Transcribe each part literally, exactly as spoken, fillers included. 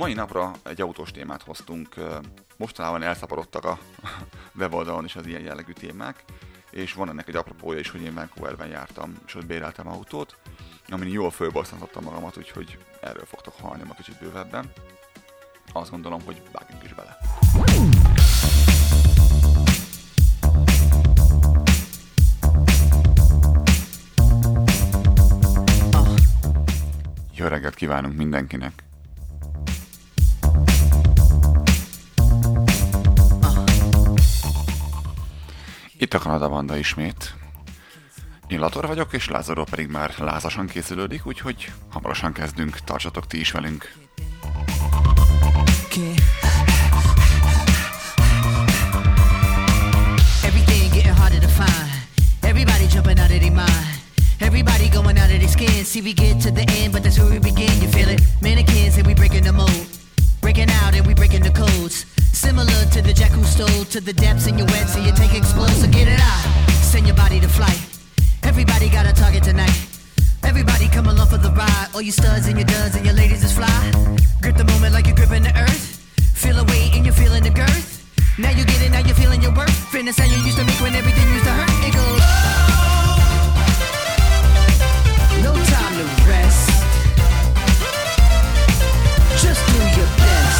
Mai napra egy autós témát hoztunk. Mostanában elszaporodtak a weboldalon is az ilyen jellegű témák, és van ennek egy apropója is, hogy én Vancouverben jártam, és ott béreltem autót, amin jól fölbosszantottam magamat, úgyhogy erről fogtok hallani ma kicsit bővebben. Azt gondolom, hogy vágjunk is bele. Jó reggelt kívánunk mindenkinek! Itt a Kanada Banda ismét. Én Lator vagyok, és Lázaro pedig már lázasan készülődik, úgyhogy hamarosan kezdünk, tartsatok ti is velünk! Everything getting harder to find. Everybody jumping out of their mind. Everybody going out of their skin. See we get to the end, but that's where we begin. You feel it? Mannequins and we breaking the mold. Breaking out and we breaking the codes. Similar to the jack who stole to the depths in your wet, so you take explode, so get it out. Send your body to flight. Everybody got a target tonight. Everybody come along for the ride. All you studs and your duds and your ladies is fly. Grip the moment like you're gripping the earth. Feel a weight and you're feeling the girth. Now you get it, now you're feeling your worth. Fitness how you used to make when everything used to hurt. It goes, no time to rest. Just do your best.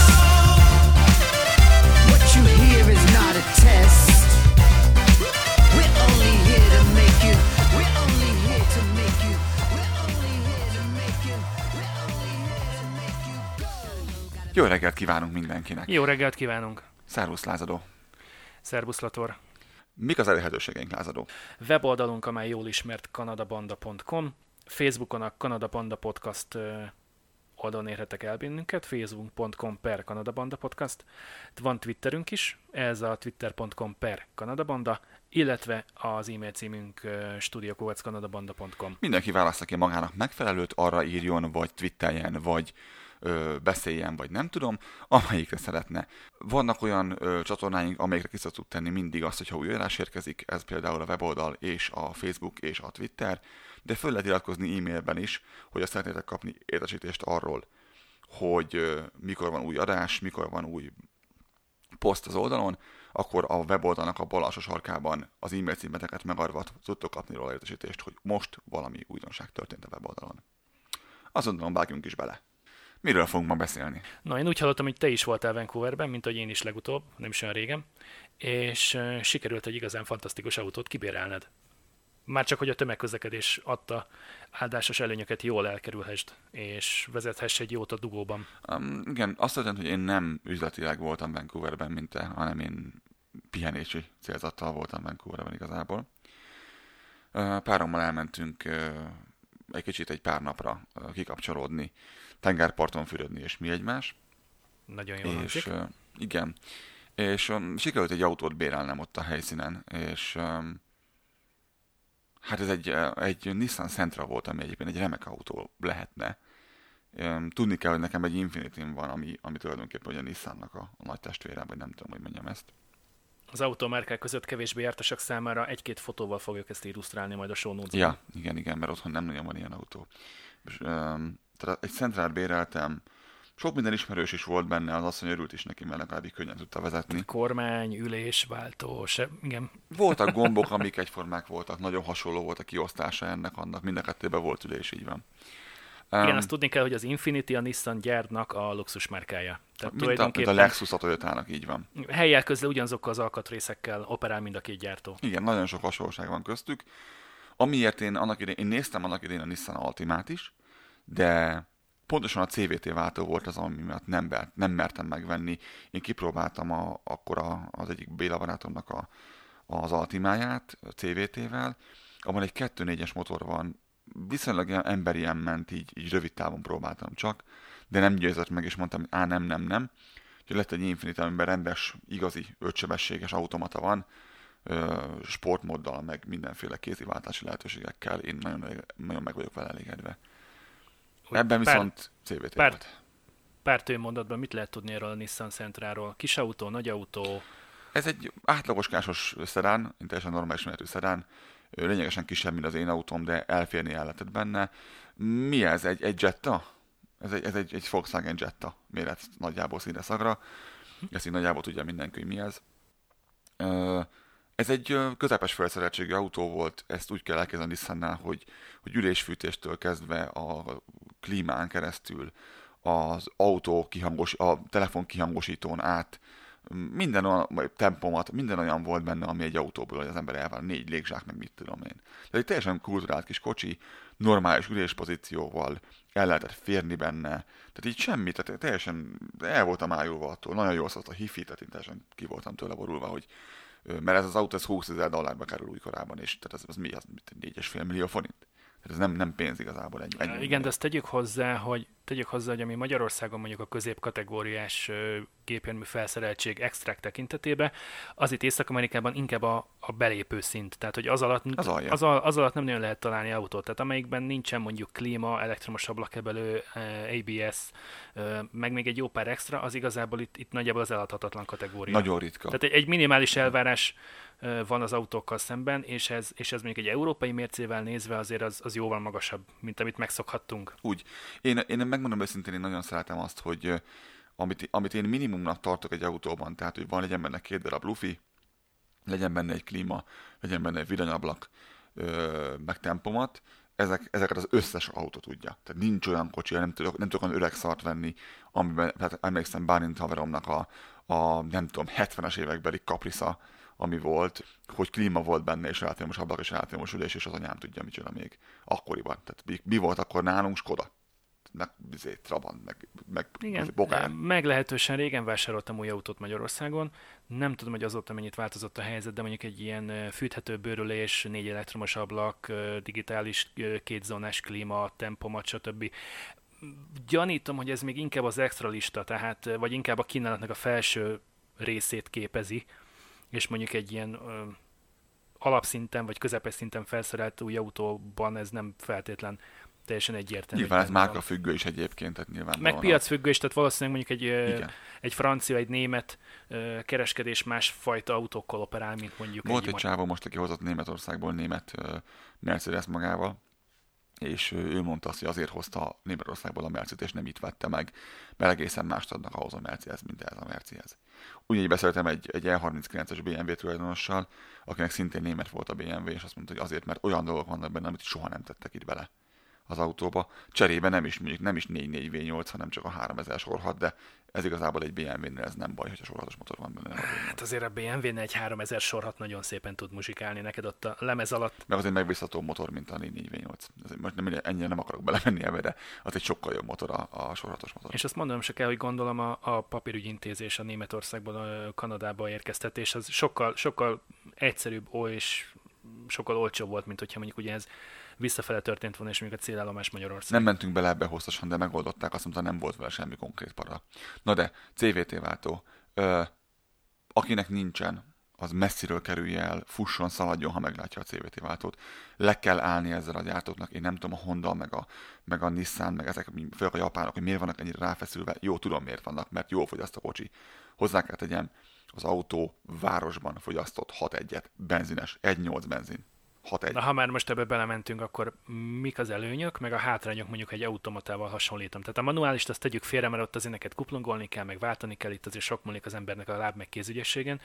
What you hear is not a test. We're only here to make you. We're only here to make you. We're only here to make you. We're only here to make you go. Jó reggelt kívánunk mindenkinek! Jó reggelt kívánunk! Szervusz Lázadó! Szervusz Lator! Mik az elérhetőségeink, Lázadó? Weboldalunk, amely jól ismert kanadabanda pont com. Facebookon a Kanada Banda Podcast oldalon érhetek el bennünket, facebook pont com per Kanadabanda Podcast. Van Twitterünk is, ez a twitter pont com per Kanadabanda, illetve az e-mail címünk studio kukac kanadabanda pont com. Mindenki válassza ki magának megfelelőt, arra írjon, vagy twitteljen, vagy ö, beszéljen, vagy nem tudom, amelyikre szeretne. Vannak olyan ö, csatornáink, amelyikre ki szoktuk tenni mindig azt, hogyha új írás érkezik, ez például a weboldal és a Facebook és a Twitter, de föl lehet iratkozni e-mailben is, hogy azt szeretnétek kapni értesítést arról, hogy ö, mikor van új adás, mikor van új poszt az oldalon, akkor a weboldalnak a bal alsó sarkában az e-mail címeteket megadva tudtok kapni róla értesítést, hogy most valami újdonság történt a weboldalon. Azt gondolom, vágjunk is bele. Miről fogunk ma beszélni? Na, én úgy hallottam, hogy te is voltál Vancouverben, mint hogy én is legutóbb, nem is olyan régen, és uh, sikerült egy igazán fantasztikus autót kibérelned. Már csak, hogy a tömegközlekedés adta áldásos előnyöket jól elkerülhessd, és vezethess egy jót a dugóban. Um, igen, azt történt, hogy én nem üzletileg voltam Vancouverben, mint te, hanem én pihenési célzattal voltam Vancouverben igazából. Uh, párommal elmentünk uh, egy kicsit egy pár napra uh, kikapcsolódni, tengerparton fürödni és mi egymás. Nagyon jól és, hangzik. Uh, igen, és um, sikerült egy autót bérelnem ott a helyszínen, és um, hát ez egy, egy Nissan Sentra volt, ami egyébként egy remek autó lehetne. Tudni kell, hogy nekem egy Infinitym van, ami, ami tulajdonképpen ugye a Nissannak a, a nagy testvére, vagy nem tudom, hogy mondjam ezt. Az automárkák között kevésbé jártasak számára egy-két fotóval fogjuk ezt illusztrálni majd a show notes-ban. Ja, igen, igen, mert otthon nem nagyon van ilyen autó. És, um, tehát egy Sentrát béreltem, sok minden ismerős is volt benne, az asszony örült is neki, mert legalább így könnyen tudta vezetni. Kormány, ülés, váltó, se, igen. Voltak gombok, amik egyformák voltak, nagyon hasonló volt a kiosztása ennek, annak, mind a kettőben volt ülés, így van. Igen, Um, azt tudni kell, hogy az Infiniti a Nissan gyártnak a luxusmárkája. Tehát mint, tulajdonképpen... a, mint a Lexus a Toyotának, így van. Helyjel közül ugyanazokkal az alkatrészekkel operál mind a két gyártó. Igen, nagyon sok hasonlóság van köztük. Amiért én annak idején, én néztem annak idején a Nissan Altimát is, de pontosan a cé vé té váltó volt az, ami miatt nem, nem mertem megvenni. Én kipróbáltam a, akkor a, az egyik Béla barátomnak a, az Altimáját cé vé té-vel, abban egy kettő négyes motor van, viszonylag emberien ment, így, így rövid távon próbáltam csak, de nem győzött meg, és mondtam, hogy á, nem, nem, nem. Úgyhogy lett egy Infiniti, amiben rendes, igazi, ötsebességes automata van, sportmoddal, meg mindenféle kéziváltási lehetőségekkel. Én nagyon, nagyon meg vagyok vele elégedve. Úgy Ebben pár, viszont cé vé té pár, volt. Pár tőmondatban mit lehet tudni erről a Nissan Sentráról? Kis autó, nagy autó? Ez egy átlagoskásos szedán, teljesen normális méretű szedán. Lényegesen kisebb, mint az én autóm, de elférni el lehetett benne. Mi ez? Egy, egy Jetta? Ez egy, ez egy, egy Volkswagen Jetta méret nagyjából színre szagra. Ezt így nagyjából tudja mindenki, hogy mi ez. Ez egy közepes felszereltségű autó volt, ezt úgy kell elkezdeni Nissannál, hogy, hogy ülésfűtéstől kezdve a klímán keresztül, az autó kihangos, a telefon kihangosítón át, minden olyan tempomat, minden olyan volt benne, ami egy autóból, hogy az ember elvár, négy légzsák, meg mit tudom én. Tehát egy teljesen kulturált kis kocsi, normális üléspozícióval, el lehetett férni benne, tehát így semmi, tehát teljesen el voltam ájulva attól, nagyon jól szólt a hifi, tehát én teljesen ki voltam tőle borulva, hogy mert ez az autó, ez húszezer dollárba kerül újkorában, és tehát ez, ez mi az, négy és fél millió forint? Tehát ez nem, nem pénz igazából. Egy, egy Igen, de ezt tegyük hozzá, hogy tegyük hozzá, hogy ami Magyarországon mondjuk a középkategóriás gépjármű felszereltség extrák tekintetében, az itt Észak-Amerikában inkább a, a belépő szint. Tehát, hogy az alatt, az, az, az alatt nem nagyon lehet találni autót. Tehát amelyikben nincsen mondjuk klíma, elektromos ablakemelő, á bé es, meg még egy jó pár extra, az igazából itt, itt nagyjából az eladhatatlan kategória. Nagyon ritka. Tehát egy, egy minimális elvárás van az autókkal szemben, és ez, és ez mondjuk egy európai mércével nézve azért az, az jóval magasabb, mint amit megszokhattunk. Úgy. Én, én megmondom őszintén, én nagyon szeretem azt, hogy amit, amit én minimumnak tartok egy autóban, tehát hogy van, legyen benne két darab lufi, legyen benne egy klíma, legyen benne egy villanyablak, meg tempomat, ezek, ezeket az összes autó tudja. Tehát nincs olyan kocsi, nem tudok, nem tudok olyan öreg szart venni, amiben, tehát emlékszem Bálint haveromnak a, a nem tudom, hetvenes évekbeli Caprica, ami volt, hogy klíma volt benne, és elektromos ablak, és elektromos ülés, és az anyám tudja, micsoda még akkoriban. Tehát mi, mi volt akkor nálunk? Skoda. Meg bizé, Trabant, meg, meg igen, Bogár. Meglehetősen régen vásároltam új autót Magyarországon. Nem tudom, hogy azóta mennyit változott a helyzet, de mondjuk egy ilyen fűthető bőrülés, négy elektromos ablak, digitális kétzónás klíma, tempomat, stb. Gyanítom, hogy ez még inkább az extra lista, tehát, vagy inkább a kínálatnak a felső részét képezi, és mondjuk egy ilyen ö, alapszinten, vagy közepes szinten felszerelt új autóban ez nem feltétlen teljesen egyértelmű. Nyilván ez márka függő is egyébként, tehát nyilván. Meg piacfüggő is, tehát valószínűleg mondjuk egy, egy francia, egy német ö, kereskedés másfajta autókkal operál, mint mondjuk volt egy... egy csávó most, aki hozott Németországból német uh, Mercedes magával, és ő mondta azt, hogy azért hozta Németországból a Mercedes, és nem itt vette meg, mert egészen mást adnak ahhoz a Mercedes, mint ez a Mercedes. Ugyanígy beszéltem egy, egy E harminckilences bé em vé tulajdonossal, akinek szintén német volt a bé em vé, és azt mondta, hogy azért, mert olyan dolgok vannak benne, amit soha nem tettek itt bele az autóba. Cserébe nem is, mondjuk nem is négy négy vé nyolc, hanem csak a háromezer sorhat, de ez igazából egy bé em vé-nél ez nem baj, hogyha sorhatos motor van benne. Hát azért a bé em vé-nél egy háromezer sorhat nagyon szépen tud muzsikálni neked ott a lemez alatt. Meg az egy megbízható motor, mint a négy négy vé nyolc. Most nem, ennyire nem akarok belemenni ebbe, de az egy sokkal jobb motor a, a sorhatos motor. És azt mondanom se kell, hogy gondolom a, a papírügyintézés a Németországból a Kanadába érkeztetés, az sokkal, sokkal egyszerűbb ó, és sokkal olcsóbb volt, mint hogyha mondjuk ugye ez visszafele történt volna, és mondjuk a célállomás Magyarország. Nem mentünk bele ebbe hosszasan, de megoldották, azt mondta, nem volt vele semmi konkrét para. Na de, cé vé té váltó. Ö, akinek nincsen, az messziről kerülje el, fusson, szaladjon, ha meglátja a cé vé té váltót. Le kell állni ezzel a gyártóknak. Én nem tudom, a Honda, meg a, meg a Nissan, meg ezek, főleg a japánok, hogy miért vannak ennyire ráfeszülve. Jó, tudom, miért vannak, mert jól fogyaszt a kocsi. Hozzá kell tegyem, az autó városban fogyasztott hat egyet, benzines, egy nyolc benzin. Na, ha már most ebbe belementünk, akkor mik az előnyök, meg a hátrányok mondjuk egy automatával hasonlítom. Tehát a manuálist azt tegyük félre, mert ott azért neked kuplungolni kell, meg váltani kell, itt azért sok múlik az embernek a láb meg kézügyességen.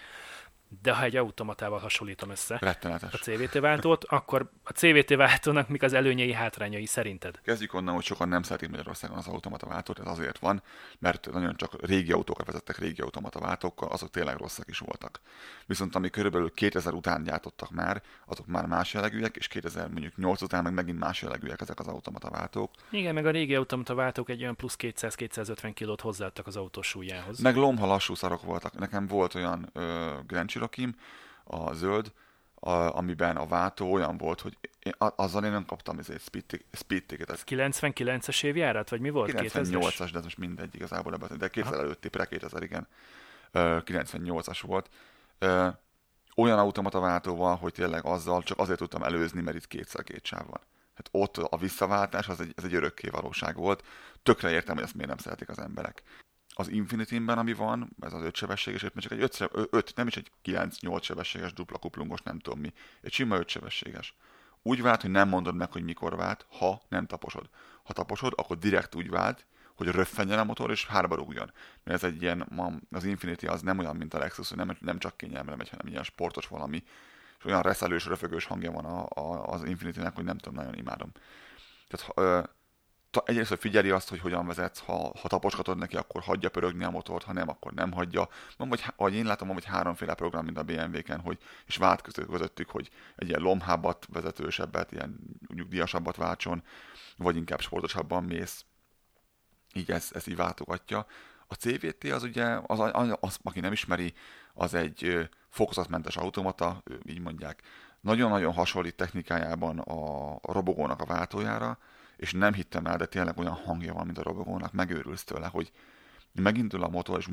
De ha egy automatával hasonlítom össze rettenetes. A cé vé té váltót, akkor a cé vé té váltónak mik az előnyei, hátrányai szerinted? Kezdjük onnan, hogy sokan nem szeretik Magyarországon az automata váltót, ez azért van, mert nagyon csak régi autókat vezettek régi automata váltókkal, azok tényleg rosszak is voltak. Viszont ami körülbelül kétezer után gyártottak már, azok már más jellegűek, és kétezer mondjuk nyolc után meg megint más jellegűek ezek az automata váltók. Igen, meg a régi automata váltók egy olyan plusz kétszáz-kétszázötven kilót hozzáadtak az autó súlyához. Meg lomha lassú szarok voltak. Nekem volt olyan ö, Grand Cherokee-m, a zöld, a, amiben a váltó olyan volt, hogy én, azzal én nem kaptam ezért speed, speed ticketet. kilencvenkilences évjárat, vagy mi volt? kilencvennyolcas, de most mindegy igazából ebben, de kétezer előtti, pre kétezer, igen. kilencvennyolcas volt. Ö, olyan automata váltóval, hogy tényleg azzal csak azért tudtam előzni, mert itt kétszer két sáv van. Hát ott a visszaváltás, az egy, ez egy örökké valóság volt. Tökre értem, hogy ezt miért nem szeretik az emberek. Az Infinity-ben, ami van, ez az öt sebességes, mert csak egy öt, nem is egy kilenc-nyolc sebességes dupla kuplungos, nem tudom mi, egy sima öt sebességes. Úgy vált, hogy nem mondod meg, hogy mikor vált, ha nem taposod. Ha taposod, akkor direkt úgy vált, hogy röffenjen a motor, és hárba rúgjon. Mert ez egy ilyen, az Infiniti az nem olyan, mint a Lexus, hogy nem, nem csak kényelmre megy, hanem ilyen sportos valami, és olyan reszelős, röfögős hangja van a, a, az Infinitinek, hogy nem tudom, nagyon imádom. Tehát ö, ta, egyrészt, hogy figyeli azt, hogy hogyan vezetsz, ha, ha taposkatod neki, akkor hagyja pörögni a motort, ha nem, akkor nem hagyja. Van, vagy, vagy én látom, van, vagy háromféle program, mint a bé em vé-ken, hogy, és vált közöttük, hogy egy ilyen lomhábbat, vezetősebbet, ilyen nyugdíjasabbat váltson, vagy inkább sportosabban mész. Így ez, ez így váltogatja. A cé vé té az ugye, az, az, az, aki nem ismeri, az egy fokozatmentes automata, így mondják. Nagyon-nagyon hasonlít technikájában a, a robogónak a váltójára, és nem hittem el, de tényleg olyan hangja van, mint a robogónak, megőrülsz tőle, hogy megindul a motor, és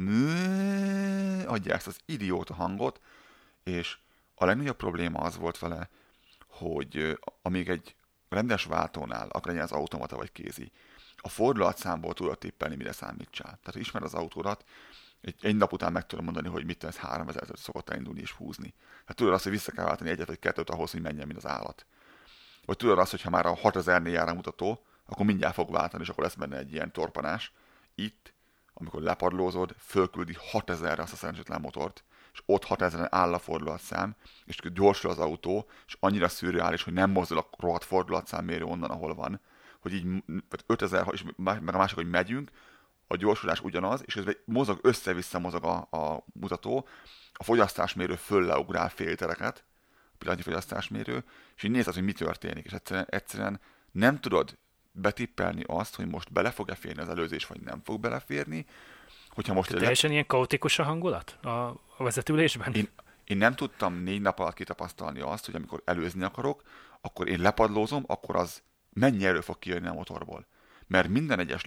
adja ezt az idióta hangot, és a legnagyobb probléma az volt vele, hogy amíg egy rendes váltónál, akár legyen az automata vagy kézi, a fordulatszámból tudod tippelni, mire számítsál. Tehát, ha ismered az autódat, egy, egy nap után meg tudom mondani, hogy mit ez háromezer szokott elindulni és húzni. Hát tudod azt, hogy vissza kell váltani egyet vagy kettőt ahhoz, hogy menjen, mint az állat. Vagy tudod azt, hogy ha már a hatezernél jár a mutató, akkor mindjárt fog váltani, és akkor lesz benne egy ilyen torpanás. Itt, amikor lepadlózod, fölküldi hatezerre azt a szerencsétlen motort, és ott hatezeren áll a fordulatszám, és gyorsul az autó, és annyira szürreális, hogy nem mozdul a rohadt fordulatszámmérő onnan, ahol van, hogy így ötezer, és meg a másik, hogy megyünk, a gyorsulás ugyanaz, és ez mozog, össze-vissza mozog a, a mutató, a fogyasztásmérő fölleugrál féltereket, a pillanatnyi fogyasztásmérő, és így nézed, hogy mi történik, és egyszerűen, egyszerűen nem tudod betippelni azt, hogy most bele fog-e férni az előzés, vagy nem fog beleférni. Hogyha most teljesen le... ilyen kaotikus a hangulat a, a vezetülésben? Én, én nem tudtam négy nap alatt kitapasztalni azt, hogy amikor előzni akarok, akkor én lepadlózom, akkor az mennyi erő fog kijönni a motorból. Mert minden egyes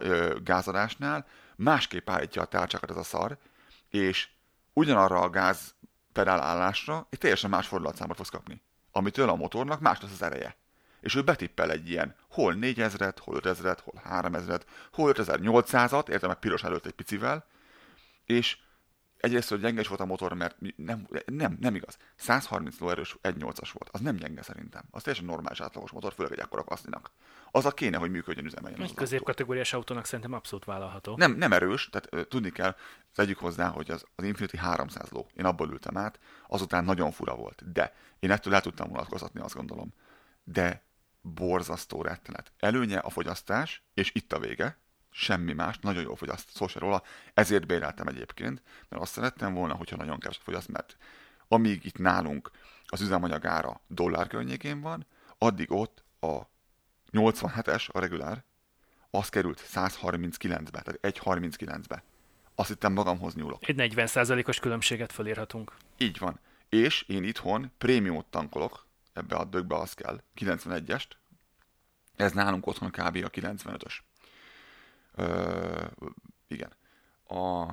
gázadásnál másképp állítja a tárcsákat ez a szar, és ugyanarra a gázpedál állásra egy teljesen más fordulatszámot fogsz kapni, amitől a motornak más lesz az ereje. És ő betippel egy ilyen hol négyezret, hol ötezret, hol háromezret, hol ötezer-nyolcszázat, értem meg piros előtt egy picivel, és egyrészt, hogy gyenge is volt a motor, mert nem, nem, nem igaz. száz harminc lóerős egy nyolcas volt. Az nem gyenge szerintem. Az teljesen normális átlagos motor, főleg egy akkora kaszninak. Az a kéne, hogy működjön, üzemeljen. Egy középkategóriás autónak szerintem abszolút vállalható. Nem, nem erős, tehát uh, tudni kell, tegyük hozzá, hogy az, az Infiniti háromszáz ló. Én abból ültem át, azután nagyon fura volt. De én ettől el tudtam vonatkoztatni, azt gondolom. De borzasztó rettenet. Előnye a fogyasztás, és itt a vége. Semmi más, nagyon jól fogyaszt, szó se róla, ezért béreltem egyébként, mert azt szerettem volna, hogyha nagyon keveset fogyaszt, mert amíg itt nálunk az üzemanyag ára dollár környékén van, addig ott a nyolcvanhetes, a regulár, az került száz harminckilencbe, tehát egy harminckilencbe. Azt hittem magamhoz nyúlok. Egy negyven százalékos különbséget felírhatunk. Így van. És én itthon prémiumot tankolok, ebbe a dögbe az kell, kilencvenegyest, ez nálunk otthon kb. A kilencvenötös. Ö, igen. A,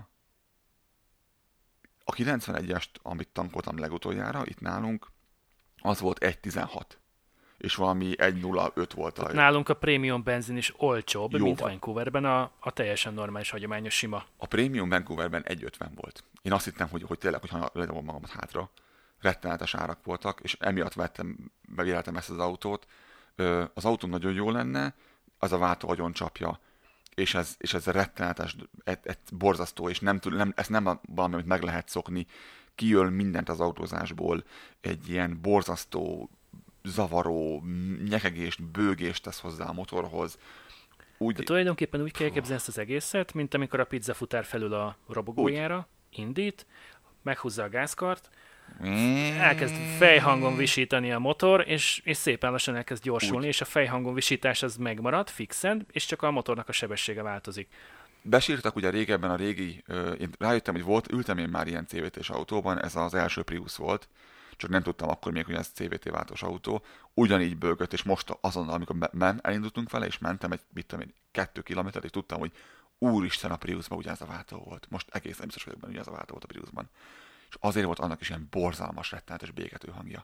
a kilencvenegyest, amit tankoltam legutoljára, itt nálunk, az volt egy tizenhat. És valami egy nulla öt volt. A... Nálunk a prémium benzin is olcsóbb, Jó mint van. Vancouverben, a, a teljesen normális, hagyományos sima. A prémium Vancouverben egy ötven volt. Én azt hittem, hogy, hogy tényleg, hogyha ledobom magamat hátra, rettenetes árak voltak, és emiatt vettem, megéltem ezt az autót. Ö, az autó nagyon jó lenne, az a váltó agyon csapja, és ez, és ez rettenetes, ez, ez borzasztó, és nem tud, nem, ezt nem valami, amit meg lehet szokni, kiöl mindent az autózásból, egy ilyen borzasztó, zavaró, nyekegést, bőgést tesz hozzá a motorhoz. Úgy... De tulajdonképpen úgy kell elképzelni ezt az egészet, mint amikor a pizzafutár felül a robogójára, indít, meghúzza a gázkart, elkezd fejhangon visítani a motor, és, és szépen lassan elkezd gyorsulni, úgy. És a fejhangon visítás az megmarad fixen, és csak a motornak a sebessége változik. Besírtak ugye régebben a régi, uh, én rájöttem, hogy volt, ültem én már ilyen cé vé té-s autóban, ez az első Prius volt, csak nem tudtam akkor még, hogy ez cé vé té váltós autó, ugyanígy bőgött, és most azonnal, amikor men, elindultunk vele, és mentem egy, mit tudom én, kettő kilométert, és tudtam, hogy úristen, a Priusban ugyanez a váltó volt. Most egészen biztos vagyok benne, ugyanez a váltó volt a Priusban. És azért volt annak is ilyen borzalmas, rettenetes bégető hangja.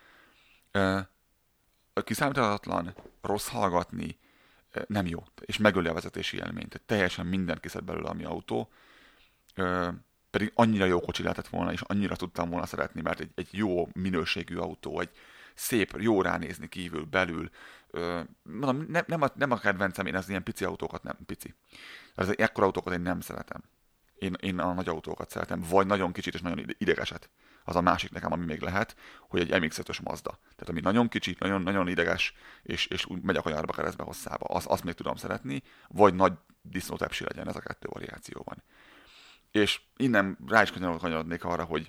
Kiszámíthatatlan, rossz hallgatni, nem jó, és megöli a vezetési élményt. Tehát teljesen mindent kiszed belőle, ami autó. Pedig annyira jó kocsi lehetett volna, és annyira tudtam volna szeretni, mert egy, egy jó minőségű autó, egy szép, jó ránézni kívül, belül, ö, mondom, ne, nem, a, nem a kedvencem, én az ilyen pici autókat nem, pici. Az ekkora autókat én nem szeretem. Én, én a nagy autókat szeretem, vagy nagyon kicsit és nagyon idegeset. Az a másik nekem, ami még lehet, hogy egy em iksz ötös Mazda. Tehát ami nagyon kicsit, nagyon, nagyon ideges, és, és úgy megy a kanyarba keresztbe hosszába. Az, azt még tudom szeretni, vagy nagy disznótepsi legyen, ez a kettő variációban. És innen rá is kanyarodnék arra, hogy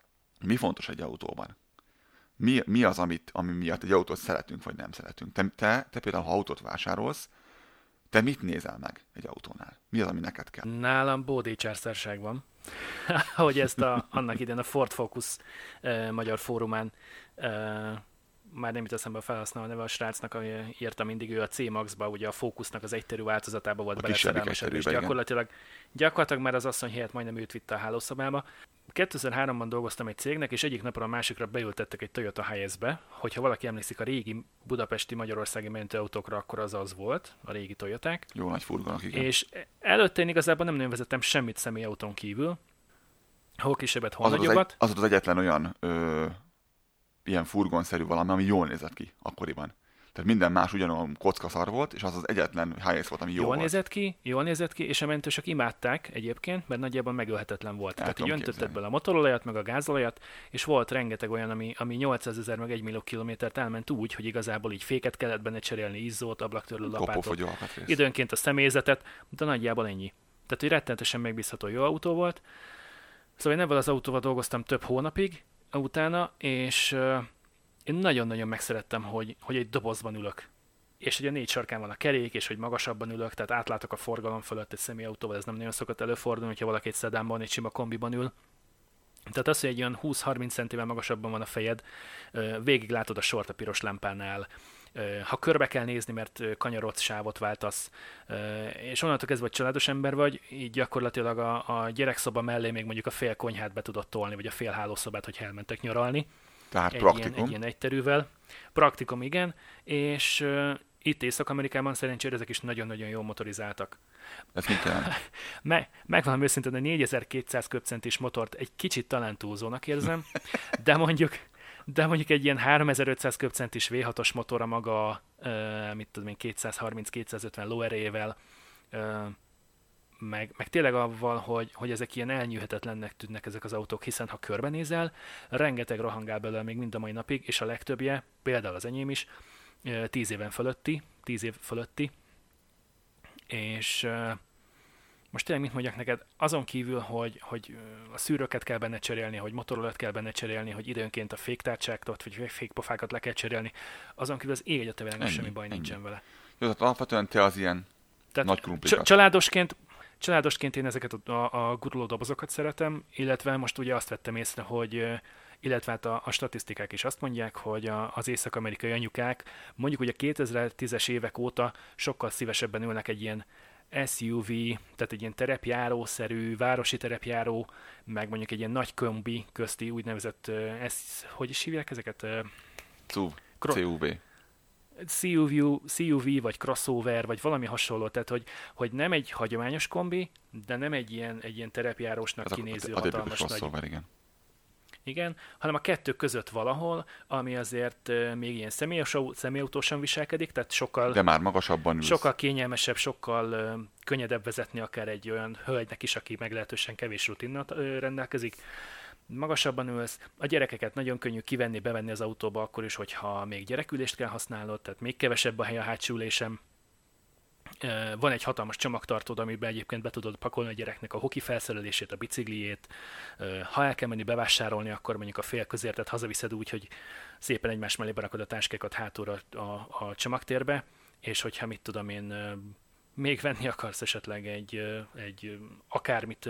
mi fontos egy autóban. Mi, mi az, amit, ami miatt egy autót szeretünk, vagy nem szeretünk. Te, te, te például, ha autót vásárolsz, te mit nézel meg egy autónál? Mi az, ami neked kell? Nálam bódécsárszerság van. Ahogy ezt a, annak idén a Ford Focus uh, magyar fórumán uh, már nem jut eszembe a felhasználó neve a srácnak, ami írta mindig, ő a C-Max-ba, ugye a Focusnak az egyterű változatában volt beleszerelmesebb, és gyakorlatilag, gyakorlatilag már az asszony helyett majdnem őt vitte a hálószobába. kétezer-háromban dolgoztam egy cégnek, és egyik napról a másikra beültettek egy Toyota Hiace-be, hogyha valaki emlékszik a régi budapesti magyarországi mentőautókra, akkor az az volt, a régi Toyoták. Jó nagy furgonok, igen. És előtte én igazából nem nagyon vezettem semmit személyautón kívül, hol kisebbet, hol az nagyobbat. Az, az, az, az egyetlen olyan ö, ilyen furgonszerű valami, ami jól nézett ki akkoriban. Tehát minden más ugyanolyan kockaszar volt, és az az egyetlen Hiace volt, ami jó jól volt. nézett ki, jól nézett ki, és a mentősök imádták egyébként, mert nagyjából megölhetetlen volt. El Tehát így öntötted képzelni. bele a motorolajat, meg a gázolajat, és volt rengeteg olyan, ami, ami nyolcszázezer meg egy millió kilométert elment úgy, hogy igazából így féket kellett benne cserélni, izzót, ablaktörlő lapátot, Kopófogyó alkatrész. időnként a személyzetet, de nagyjából ennyi. Tehát, hogy rettenetesen megbízható jó autó volt. Szóval én ebben az autóval dolgoztam több hónapig utána, és uh, én nagyon-nagyon megszerettem, hogy, hogy egy dobozban ülök. És hogy a négy sarkán van a kerék, és hogy magasabban ülök, tehát átlátok a forgalom fölött egy személyautóval, ez nem nagyon szokott előfordulni, hogyha valaki egy szedánban, egy sima kombiban ül. Tehát az, hogy egy olyan húsz-harminc centivel magasabban van a fejed, végig látod a sort a piros lámpánál, ha körbe kell nézni, mert kanyarodsz, sávot váltasz, és onnantól kezdve, hogy családos ember vagy, így gyakorlatilag a, a gyerekszoba mellé még mondjuk a fél konyhát be tudod tolni, vagy a fél hálószobát, hogy elmentek nyaralni. Tehát egy praktikum. Ilyen, egy ilyen egyterűvel. Praktikum, igen, és uh, itt Észak-Amerikában szerencsére ezek is nagyon-nagyon jól motorizáltak. Ez mit jelent? Me, megvan őszintén, a négyezer-kétszáz köbcentis motort egy kicsit talán túlzónak érzem, de mondjuk, de mondjuk egy ilyen háromezer-ötszáz köbcentis vé hatos motor a maga, uh, mit tudom én, kétszázharminc-kétszázötven lóerejével, uh, meg, meg tényleg avval, hogy, hogy ezek ilyen elnyűhetetlennek tűnnek ezek az autók, hiszen ha körbenézel, rengeteg rohangál belőle még mind a mai napig, és a legtöbbje, például az enyém is, tíz éven fölötti, tíz év fölötti, és most tényleg mit mondjak neked, azon kívül, hogy, hogy a szűrőket kell benne cserélni, hogy motorolajat kell benne cserélni, hogy időnként a féktárcsákat, vagy fékpofákat le kell cserélni, azon kívül az ég a tevélengen semmi baj ennyi. Nincsen vele. Jó, tehát alapvetően te az ilyen tehát nagy krumplikat. Családosként Családosként én ezeket a, a guruló dobozokat szeretem, illetve most ugye azt vettem észre, hogy illetve hát a, a statisztikák is azt mondják, hogy a, az észak-amerikai anyukák mondjuk ugye a kétezer-tízes évek óta sokkal szívesebben ülnek egy ilyen es u vé, tehát egy ilyen terepjárószerű, városi terepjáró, meg mondjuk egy ilyen nagy kombi közti úgynevezett, ez, hogy is hívják ezeket? cé u vé. cé u vé, cé u vé vagy crossover, vagy valami hasonló, tehát hogy, hogy nem egy hagyományos kombi, de nem egy ilyen, egy ilyen terepjárósnak ez kinéző a, a hatalmas nagy... crossover, igen. Igen, hanem a kettő között valahol, ami azért uh, még ilyen személyautósan viselkedik, tehát sokkal, de már magasabban ülsz. Sokkal kényelmesebb, sokkal uh, könnyedebb vezetni akár egy olyan hölgynek is, aki meglehetősen kevés rutinnal uh, rendelkezik. Magasabban ülsz, a gyerekeket nagyon könnyű kivenni, bevenni az autóba akkor is, hogyha még gyerekülést kell használnod, tehát még kevesebb a hely a hátsó ülésem. Van egy hatalmas csomagtartód, amiben egyébként be tudod pakolni a gyereknek a hoki felszerelését, a bicikliét. Ha el kell menni bevásárolni, akkor mondjuk a fél közértet hazaviszed úgy, hogy szépen egymás mellé berakod a táskákat hátulra a, a csomagtérbe, és hogyha mit tudom én, még venni akarsz esetleg egy, egy akármit,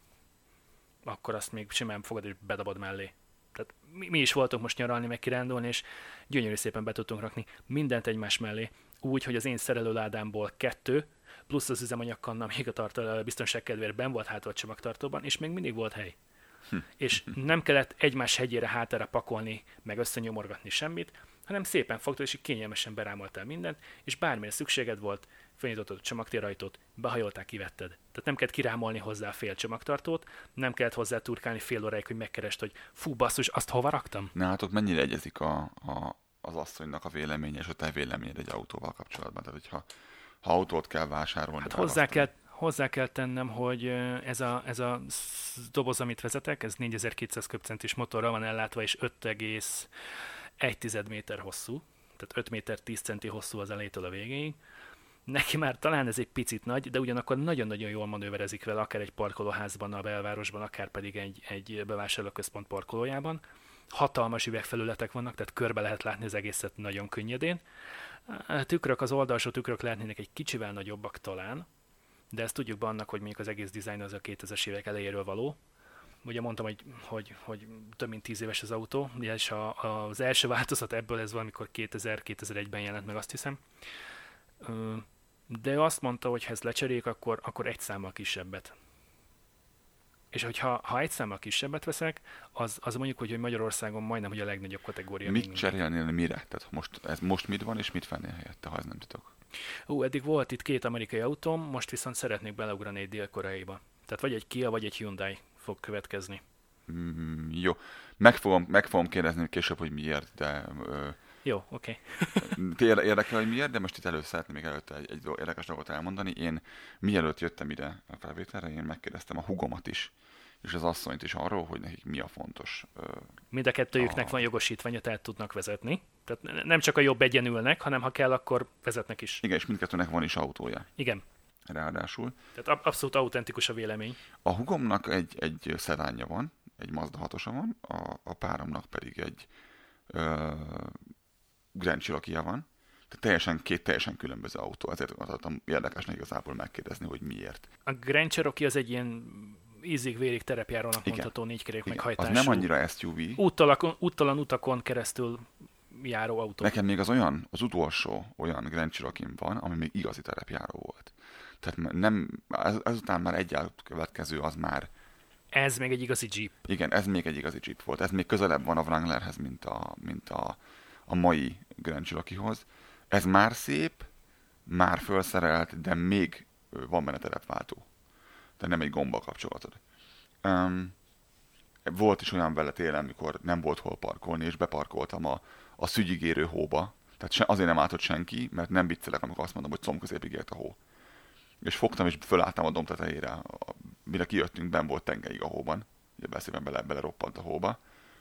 akkor azt még simán fogod és bedobod mellé. Tehát mi, mi is voltunk most nyaralni, meg kirándulni, és gyönyörű szépen be tudtunk rakni mindent egymás mellé, úgy, hogy az én szerelőládámból kettő, plusz az üzemanyagkanna még a tart- biztonság kedvéért benn volt hátul a csomagtartóban, és még mindig volt hely. Hm. És nem kellett egymás hegyére hátára pakolni, meg összenyomorgatni semmit, hanem szépen fogtad, és így kényelmesen berámoltál mindent, és bármilyen szükséged volt, felnyitottad a csomagtérajtót, behajoltál, kivetted. Tehát nem kellett kirámolni hozzá fél csomagtartót, nem kellett hozzá turkálni fél óráig, hogy megkeresd, hogy fú basszus, azt hova raktam? Nálatok mennyire egyezik a, a az asszonynak a véleménye és a te véleményed egy autóval kapcsolatban. Tehát, hogyha ha autót kell vásárolni... Hát hozzá kell, hozzá kell tennem, hogy ez a, ez a doboz, amit vezetek, ez négyezer-kétszáz köbcentis motorral van ellátva, és öt egész egy méter hosszú. Tehát öt méter tíz centi hosszú az elejétől a végéig. Neki már talán ez egy picit nagy, de ugyanakkor nagyon-nagyon jól manőverezik vele, akár egy parkolóházban a belvárosban, akár pedig egy, egy bevásárlóközpont parkolójában. Hatalmas üvegfelületek vannak, tehát körbe lehet látni az egészet nagyon könnyedén. A tükrök, az oldalsó tükrök lehetnének egy kicsivel nagyobbak talán, de ezt tudjuk be annak, hogy még az egész dizájn az a kétezres évek elejéről való. Ugye mondtam, hogy, hogy, hogy több mint tíz éves az autó, és a, az első változat ebből ez valamikor kétezer-kétezer-egyben jelent meg, azt hiszem. De ő azt mondta, hogy ha ezt lecseréljük, akkor, akkor egy számmal kisebbet. És hogyha ha egy számmal kisebbet veszek, az, az mondjuk, hogy Magyarországon majdnem hogy a legnagyobb kategória. Mit cserélnél mire? Tehát most, ez most mit van, és mit vennél helyette, ha ez nem titok? Ú, eddig volt itt két amerikai autóm, most viszont szeretnék beleugrani egy dél-koreaiba. Tehát vagy egy Kia, vagy egy Hyundai fog következni. Mm, jó. Meg fogom, meg fogom kérdezni később, hogy miért, de... Ö, jó, oké. Okay. Érdekel, hogy miért, de most itt először szeretném még előtte egy, egy érdekes dolgot elmondani. Én mielőtt jöttem ide a felvételre, én megkérdeztem a hugomat is, és az asszonyt is arról, hogy nekik mi a fontos. Mind a kettőjüknek a... van jogosítványa, tehát tudnak vezetni. Tehát nem csak a jobb egyen ülnek, hanem ha kell, akkor vezetnek is. Igen, és mindkettőnek van is autója. Igen. Ráadásul. Tehát abszolút autentikus a vélemény. A hugomnak egy, egy szedánja van, egy Mazda hatosa van, a, a páromnak pedig egy ö, Grand Cherokee van. Tehát teljesen, két teljesen különböző autó, ezért akartam érdekesnek igazából megkérdezni, hogy miért. A Grand Cherokee az egy ilyen ízig-vérig terepjárónak mondható négykerék meghajtású. Az nem annyira es u vé. Úttalan, úttalan utakon keresztül járó autó. Nekem még az olyan, az utolsó olyan Grand Cherokee van, ami még igazi terepjáró volt. Tehát nem, ez, ezután már egyáltalán következő az már... Ez még egy igazi Jeep. Igen, ez még egy igazi Jeep volt. Ez még közelebb van a Wranglerhez, mint a, mint a, a mai Grand Cherokeehoz. Ez már szép, már felszerelt, de még van benne terepváltó. Tehát nem egy gomba kapcsolatod. Um, volt is olyan vele télen, amikor nem volt hol parkolni, és beparkoltam a, a szügyigérő hóba. Tehát se, azért nem álltott senki, mert nem viccelek, amikor azt mondom, hogy combközépig ért a hó. És fogtam, és fölálltam a domb tetejére. Mire kijöttünk, benn volt tengeig a hóban. Ugye beszélben bele, beleroppant a hóba.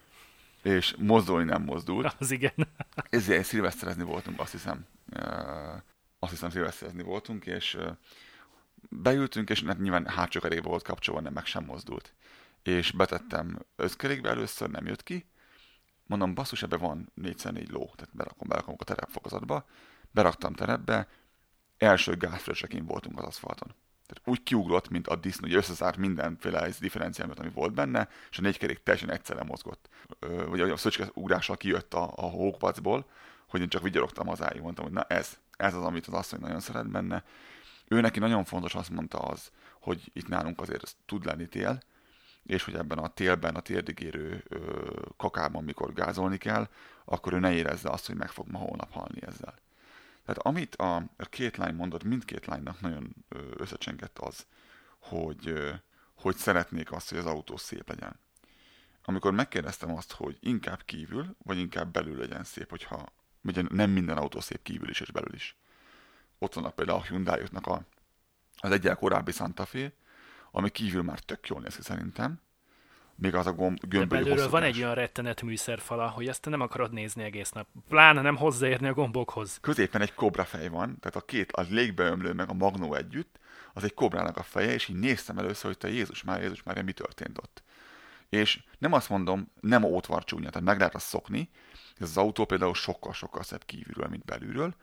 És mozdulni nem mozdult. Az igen. Ezért szilveszterezni voltunk, azt hiszem. Uh, azt hiszem szilveszterezni voltunk, és uh, beültünk, és nyilván hátsó kerékbe volt kapcsolva, nem meg sem mozdult. És betettem összkerékbe, először nem jött ki. Mondom, basszus, ebbe van négyszer négy ló, tehát berakom, berakom a terepfokozatba. Beraktam terepbe, első gázfröcsekin voltunk az aszfalton. Tehát úgy kiugrott, mint a disznó, hogy összezárt mindenféle differenciámat, ami volt benne, és a négy kerék teljesen egyszerre mozgott. Ö, vagy a szöcske ugrással kijött a, a hókpacból, hogy én csak vigyorogtam hazáig, mondtam, hogy na ez, ez az, amit az asszony nagyon szeret benne. Ő neki nagyon fontos, azt mondta az, hogy itt nálunk azért tud lenni tél, és hogy ebben a télben, a térdigérő ö, kakában, mikor gázolni kell, akkor ő ne érezze azt, hogy meg fog ma holnap halni ezzel. Tehát amit a, a két lány mondott, mindkét lánynak nagyon összecsengett az, hogy, hogy szeretnék azt, hogy az autó szép legyen. Amikor megkérdeztem azt, hogy inkább kívül, vagy inkább belül legyen szép, hogyha ugye nem minden autó szép kívül is és belül is. Ott vannak például a Hyundai-oknak a, az egyel korábbi Santa Fe, ami kívül már tök jól néz ki szerintem. Még az a gomb, gömbölyű belülről hosszúkás. Van egy olyan rettenet műszerfala, hogy azt nem akarod nézni egész nap. Pláne nem hozzáérni a gombokhoz. Középen egy kobra fej van, tehát a két, a légbeömlő meg a magnó együtt, az egy kobrának a feje, és így néztem először, hogy te Jézus már, Jézus már, mi történt ott. És nem azt mondom, nem ótvar csúnya, tehát meg lehet azt szokni, ez az autó például sokkal-sokkal szebb kívülről, mint belülről.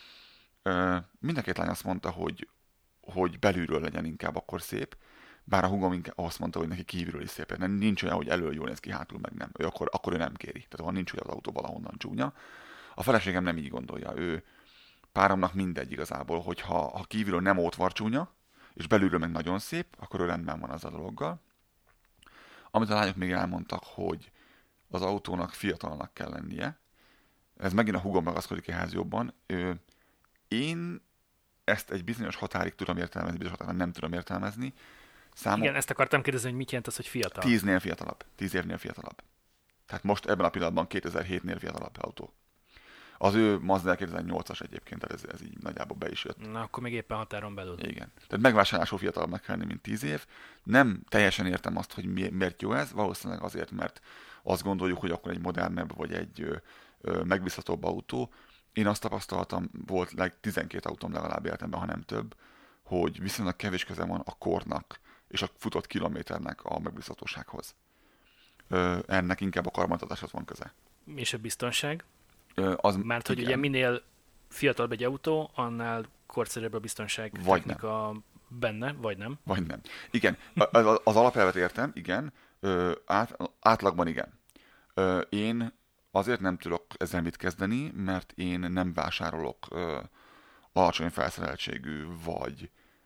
Mind a két lány azt mondta, hogy, hogy belülről legyen inkább akkor szép, bár a húgom inkább azt mondta, hogy neki kívülről is szép. Nem, nincs olyan, hogy elől jól néz ki, hátul meg nem. Ő akkor, akkor ő nem kéri. Tehát van nincs, hogy az autó valahonnan csúnya. A feleségem nem így gondolja. Ő páromnak mindegy igazából, hogy ha, ha kívülről nem ótvar csúnya, és belülről meg nagyon szép, akkor ő rendben van az a dologgal. Amit a lányok még elmondtak, hogy az autónak fiatalnak kell lennie. Ez megint a húgom ragaszkodik ehhez jobban. Ő, én ezt egy bizonyos határig tudom értelmezni, bizonyos határig nem tudom értelmezni. Számom... Igen, ezt akartam kérdezni, hogy mit jelent az, hogy fiatal? Tíznél fiatalabb. Tíz évnél fiatalabb. Tehát most ebben a pillanatban kétezer-hétnél fiatalabb autó. Az ő Mazda kétezer-nyolcas egyébként, ez, ez így nagyjából be is jött. Na, akkor még éppen határon belül. Igen. Tehát megvásárlásról fiatalabbnak kell lenni, mint tíz év. Nem teljesen értem azt, hogy mi, miért jó ez, valószínűleg azért, mert azt gondoljuk, hogy akkor egy modernebb, vagy egy ö, ö, megbízhatóbb autó. Én azt tapasztaltam, volt leg, tizenkét autóm legalább életemben, ha nem több, hogy viszonylag kevés köze van a kornak és a futott kilométernek a megbízhatósághoz. Ö, ennek inkább a karbantartáshoz van köze. És a biztonság? Ö, az, Mert hogy igen. ugye minél fiatalabb egy autó, annál korszerűbb a biztonság Vagy technika benne, vagy nem. Vagy nem. Igen, az, az alapelvet értem, igen, ö, át, átlagban igen. Ö, én azért nem tudok ezzel mit kezdeni, mert én nem vásárolok ö, alacsony felszereltségű, vagy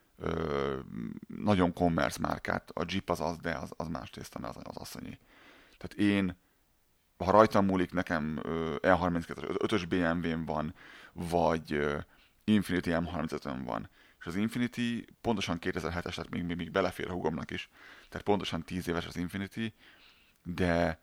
ö, nagyon commerce márkát. A Jeep az az, de az, az más tészta, mert az, az asszonyi. Tehát én, ha rajtam múlik, nekem ö, E harminckettes ötös bé em vén van, vagy ö, Infiniti em harmincötön van. És az Infiniti pontosan kétezer-hetes, tehát még, még, még belefér a húgomnak is, tehát pontosan tíz éves az Infiniti, de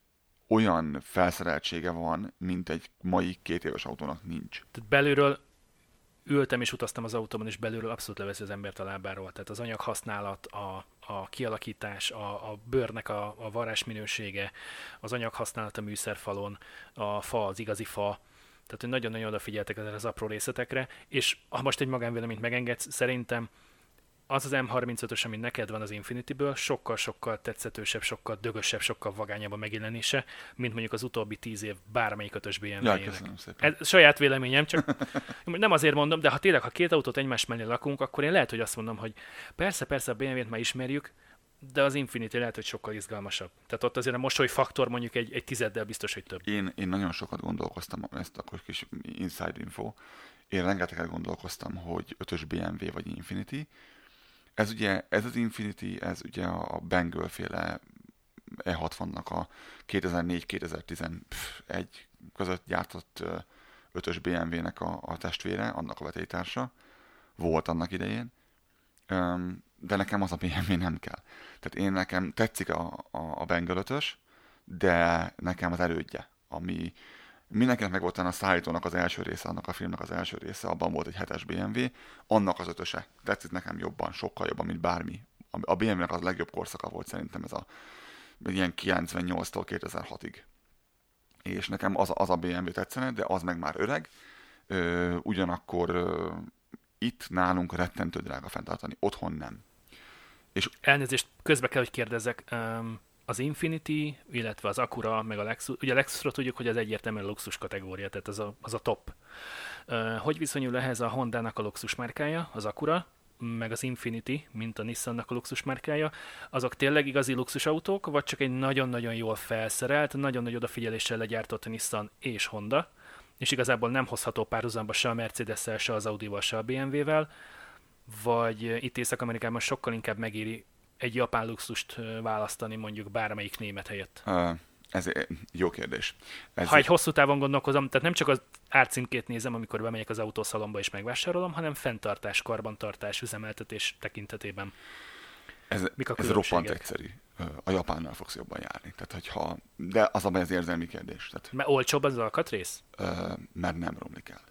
olyan felszereltsége van, mint egy mai két éves autónak nincs. Tehát belülről ültem és utaztam az autóban, és belülről abszolút leveszi az embert a lábáról. Tehát az anyaghasználat, a, a kialakítás, a, a bőrnek a, a varrás minősége, az anyaghasználat a műszerfalon, a fa, az igazi fa. Tehát, hogy nagyon-nagyon odafigyeltek ezzel az apró részletekre, és ha most egy magánvéleményt megengedsz, szerintem az az em harmincötös, ami neked van az Infinityből, sokkal-sokkal tetszetősebb, sokkal dögösebb, sokkal vagányabb a megjelenése, mint mondjuk az utóbbi tíz év bármelyik ötös bé em vé-nek. Ja, köszönöm szépen. Ez saját véleményem, csak nem azért mondom, de ha tényleg, ha két autót egymás mellé lakunk, akkor én lehet, hogy azt mondom, hogy persze, persze a bé em vét már ismerjük, de az Infinity lehet, hogy sokkal izgalmasabb. Tehát ott azért a mosolyfaktor mondjuk egy, egy tizeddel biztos, hogy több. Én, én nagyon sokat gondolkoztam, ezt akkor kis inside info, én rengeteget gondolkoztam, hogy ötös bé em vé vagy Infinity. Ez ugye, ez az Infinity, ez ugye a Bengal féle E hatvannak a kétezer-négy kétezer-tizenegy között gyártott ötös bé em vének a, a testvére, annak a vetélytársa. Volt annak idején. De nekem az a bé em vé nem kell. Tehát én nekem tetszik a, a, a Bengal ötös, de nekem az elődje, ami mindenkinek meg volt a szállítónak az első része, annak a filmnek az első része, abban volt egy hetes bé em vé, annak az ötöse. Tetszik nekem jobban, sokkal jobban, mint bármi. A bé em vének az legjobb korszaka volt szerintem ez a ilyen kilencvennyolctól kétezer-hatig. És nekem az, az a bé em vé tetszene, de az meg már öreg. Ö, ugyanakkor ö, itt nálunk rettentő drága fenntartani, otthon nem. És elnézést, közbe kell, hogy kérdezzek. Um, az Infinity, illetve az Acura, meg a Lexus, ugye a Lexusra tudjuk, hogy az egyértelműen a luxus kategória, tehát az a, az a top. Uh, hogy viszonyul ehhez a Hondának a luxus márkája, az Acura, meg az Infinity, mint a Nissannak a luxus márkája, azok tényleg igazi luxusautók, vagy csak egy nagyon-nagyon jól felszerelt, nagyon nagy odafigyeléssel legyártott a Nissan és Honda, és igazából nem hozható párhuzamba se a Mercedes-szel, se az Audival, se a bé em vé-vel, vagy itt Észak-Amerikában sokkal inkább megéri egy japán luxust választani mondjuk bármelyik német helyett? Uh, ez jó kérdés. Ez ha egy hosszú távon gondolkozom, tehát nem csak az árcímkét nézem, amikor bemegyek az autószalomba és megvásárolom, hanem fenntartás, karbantartás, üzemeltetés tekintetében. Ez, ez roppant egyszerű. A japánnal fogsz jobban járni. Tehát, hogyha, de az abban az érzelmi kérdés. Tehát, mert olcsóbb az alkatrész? Mert nem romlik el.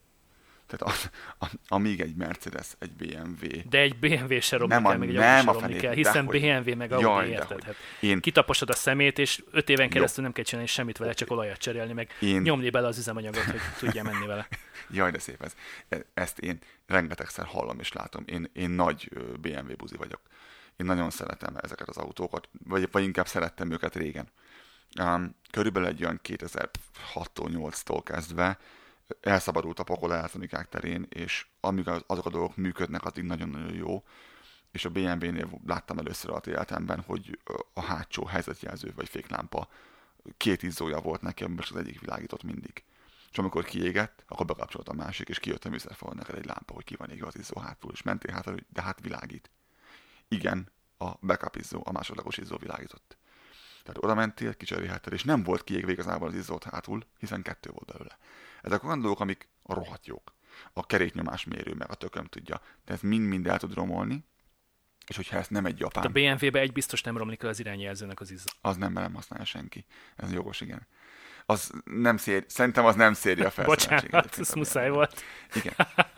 Tehát az, a, amíg egy Mercedes, egy bé em vé... De egy bé em vé se romlik nem el, meg egy nem Audi se romlik el, hiszen bé em vé meg Audi, jaj, érted? Hát én... Kitaposod a szemét, és öt éven keresztül nem kell csinálni semmit vele, csak olajat cserélni, meg én... nyomni bele az üzemanyagot, hogy tudja menni vele. Jaj, de szép ez. Ezt én rengetegszer hallom és látom. Én, én nagy bé em vé buzi vagyok. Én nagyon szeretem ezeket az autókat, vagy, vagy inkább szerettem őket régen. Um, körülbelül egy olyan kétezer-hattól nyolctól kezdve elszabadult a pokol elektronikák terén, és amíg azok a dolgok működnek, addig nagyon-nagyon jó. És a bé em vé-nél láttam először az életemben, hogy a hátsó helyzetjelző vagy féklámpa két izzója volt neki, amiben az egyik világított mindig. És amikor kiégett, akkor bekapcsolt a másik, és kijött a műszerfalon neked egy lámpa, hogy ki van égve az izzó hátul, és mentél hátra, de hát világít. Igen, a backup izzó, a másodlagos izzó világított. Tehát oda mentél, kicserélhetted, és nem volt kiégve igazából az izzót hátul, hiszen kettő volt belőle. Ezek olyan dolgok, amik rohadt jók. A keréknyomásmérő, meg a tököm tudja. De ez mind-mind el tud romolni, és hogyha ezt nem egy japán... A bé em vé-be egy biztos nem romlik el az irányjelzőnek az izzó. Az nem, nem használja senki. Ez jogos, igen. az nem széri, szerintem az nem széri a felszereltség. Bocsánat, ez muszáj volt. Igen.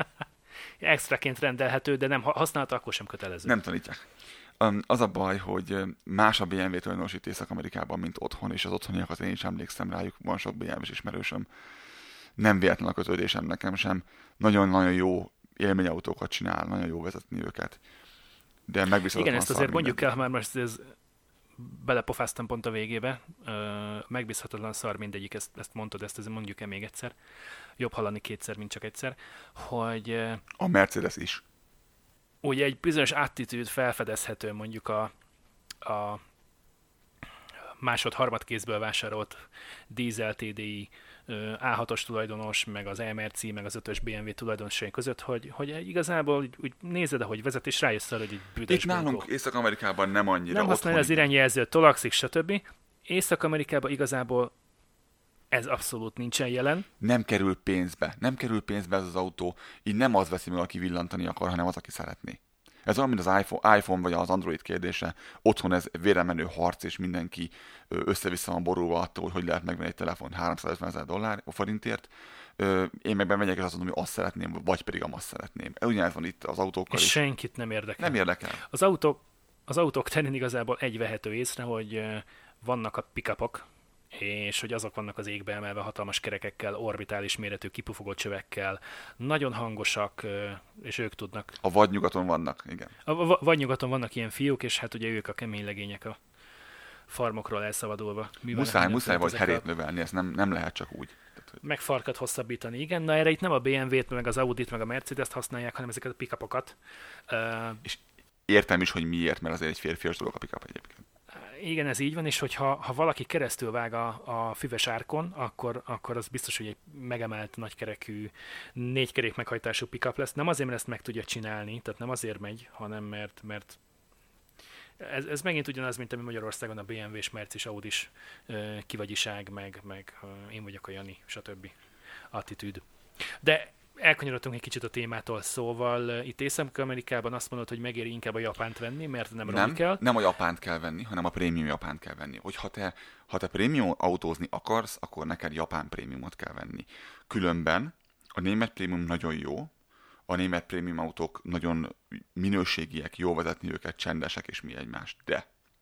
Extraként rendelhető, de nem használta, akkor sem kötelező. Nem tanítják. Az a baj, hogy más a bé em vé tulajdonosít Észak-Amerikában, mint otthon, és az otthoniakat én is emlékszem rájuk, van sok bé em vé-s ismerősöm. Nem véletlen a kötődésem nekem sem. Nagyon-nagyon jó élményautókat csinál, nagyon jó vezetni őket. De megbízhatatlan. Igen, ezt azért mondjuk el, már most ez belepofáztam pont a végébe. Megbízhatatlan szar mindegyik, ezt, ezt mondtad, ezt azért mondjuk el még egyszer. Jobb hallani kétszer, mint csak egyszer. Hogy a Mercedes is. Ugye egy bizonyos attitűd felfedezhető mondjuk a, a másod-harmad kézből vásárolt dízel té dé i á hatos tulajdonos, meg az em er cé, meg az ötös bé em vé tulajdonosai között, hogy, hogy igazából úgy, úgy nézed, ahogy vezet, és rájössz arra, hogy egy büdös Itt nálunk bunkó. Észak-Amerikában nem annyira. Nem használja az irányjelzőt, tolakszik, stb. Észak-Amerikában igazából ez abszolút nincsen jelen. Nem kerül pénzbe. Nem kerül pénzbe ez az autó. Így nem az veszi meg, aki villantani akar, hanem az, aki szeretné. Ez olyan, mint az iPhone, iPhone vagy az Android kérdése. Otthon ez véremenő harc, és mindenki össze-vissza van borulva attól, hogy hogy lehet megvenni egy telefont háromszázötvenezer dollár forintért. Én meg bemegyek, és azt mondom, hogy azt szeretném, vagy pedig azt szeretném. Ugyanez van itt az autókkal és is. Senkit nem érdekel. Nem érdekel. Az autók, az autók terén igazából egy vehető észre, hogy vannak a pick-upok, és hogy azok vannak az égbe emelve hatalmas kerekekkel, orbitális méretű kipufogott csövekkel, nagyon hangosak, és ők tudnak. A vadnyugaton vannak, igen. A vadnyugaton vannak ilyen fiúk, és hát ugye ők a kemény legények a farmokról elszabadulva. Muszáj, muszáj vagy herét növelni, ezt nem, nem lehet csak úgy. Meg farkat hosszabbítani, igen. Na erre itt nem a bé em vét, meg az Audit, meg a Mercedes-t használják, hanem ezeket a pick-upokat. Uh, és értem is, hogy miért, mert azért egy férfias dolog a pick-up egyébként. Igen, ez így van, és hogyha ha valaki keresztül vág a, a füves árkon, akkor, akkor az biztos, hogy egy megemelt nagykerekű, négykerék meghajtású pick-up lesz. Nem azért, mert ezt meg tudja csinálni, tehát nem azért megy, hanem mert, mert ez, ez megint ugyanaz, mint ami Magyarországon a bé em vé-s, Mercis, Audis kivagyiság, meg, meg én vagyok a Jani, stb. Attitűd. De elkanyarodtunk egy kicsit a témától, szóval itt Észak-Amerikában azt mondod, hogy megéri inkább a japánt venni, mert nem, nem kell. Nem a japánt kell venni, hanem a prémium japánt kell venni. Hogy ha te, ha te prémium autózni akarsz, akkor neked japán prémiumot kell venni. Különben a német prémium nagyon jó, a német prémium autók nagyon minőségiek, jó vezetni őket, csendesek és mi egymást, de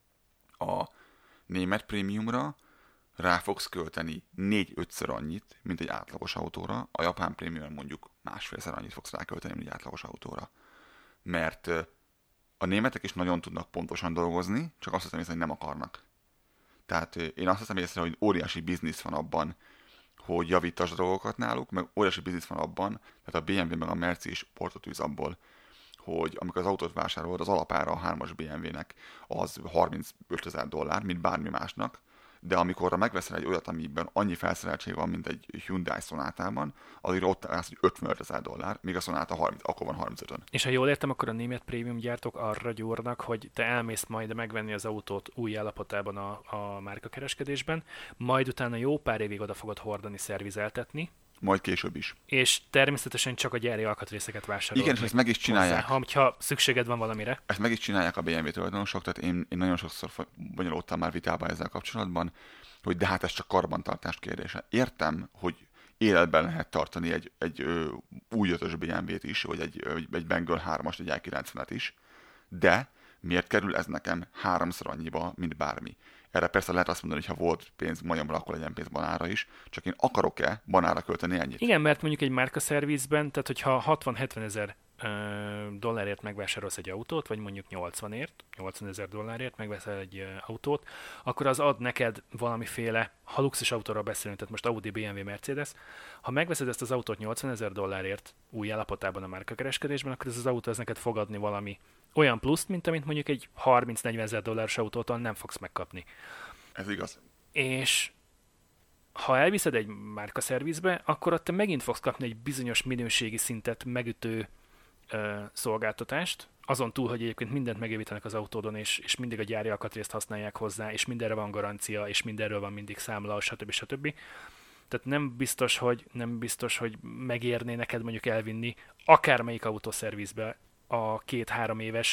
a német prémiumra rá fogsz költeni négy-ötször annyit, mint egy átlagos autóra, a japán prémiumra mondjuk másfélszer annyit fogsz rákölteni, mint egy átlagos autóra. Mert a németek is nagyon tudnak pontosan dolgozni, csak azt hiszem észre, hogy nem akarnak. Tehát én azt hiszem észre, hogy óriási biznisz van abban, hogy javítasd a dolgokat náluk, meg óriási biznisz van abban, tehát a bé em vé meg a Merci is portot űz abból, hogy amikor az autót vásárolod, az alapára a hármas bé em vé-nek az harmincötezer dollár, mint bármi másnak, de amikor megveszel egy olyat, amiben annyi felszereltség van, mint egy Hyundai Sonatában, azért ott állsz, hogy ötvenötezer dollár, míg a Sonata harminc, akkor van harmincötön. És ha jól értem, akkor a német prémium gyártók arra gyúrnak, hogy te elmész majd megvenni az autót új állapotában a, a márkakereskedésben, majd utána jó pár évig oda fogod hordani, szervizeltetni. Majd később is. És természetesen csak a gyári alkatrészeket vásárolni. Igen, és ezt meg is csinálják. Hozzá, ha szükséged van valamire. Ezt meg is csinálják a bé em vé tulajdonosok, tehát én, én nagyon sokszor bonyolultam már vitába ezzel kapcsolatban, hogy de hát ez csak karbantartás kérdése. Értem, hogy életben lehet tartani egy, egy ö, új ötös bé em vét is, vagy egy, egy, egy Bengal hármast, egy i kilencvenet is, de miért kerül ez nekem háromszor annyiba, mint bármi? Erre persze lehet azt mondani, hogy ha volt pénz majomra, akkor legyen pénz banára is, csak én akarok-e banára költeni ennyit? Igen, mert mondjuk egy márkaszervizben, tehát hogyha hatvan-hetven ezer dollárért megvásárolsz egy autót, vagy mondjuk nyolcvanért, nyolcvan ezer dollárért megveszel egy uh, autót, akkor az ad neked valamiféle, ha luxus autóról beszélünk, tehát most Audi, bé em vé, Mercedes, ha megveszed ezt az autót nyolcvan ezer dollárért új állapotában a márkakereskedésben, akkor ez az autó ez neked fog adni valami olyan pluszt, mint amit mondjuk egy harminc-negyven ezer dolláros autótól nem fogsz megkapni. Ez igaz. És ha elviszed egy márkaszervizbe, akkor ott te megint fogsz kapni egy bizonyos minőségi szintet megütő ö, szolgáltatást, azon túl, hogy egyébként mindent megjavítanak az autódon, és, és mindig a gyári alkatrészt használják hozzá, és mindenre van garancia, és mindenről van mindig számla, stb. stb. Tehát nem biztos, hogy, nem biztos, hogy megérné neked mondjuk elvinni akármelyik autószervizbe a két-három éves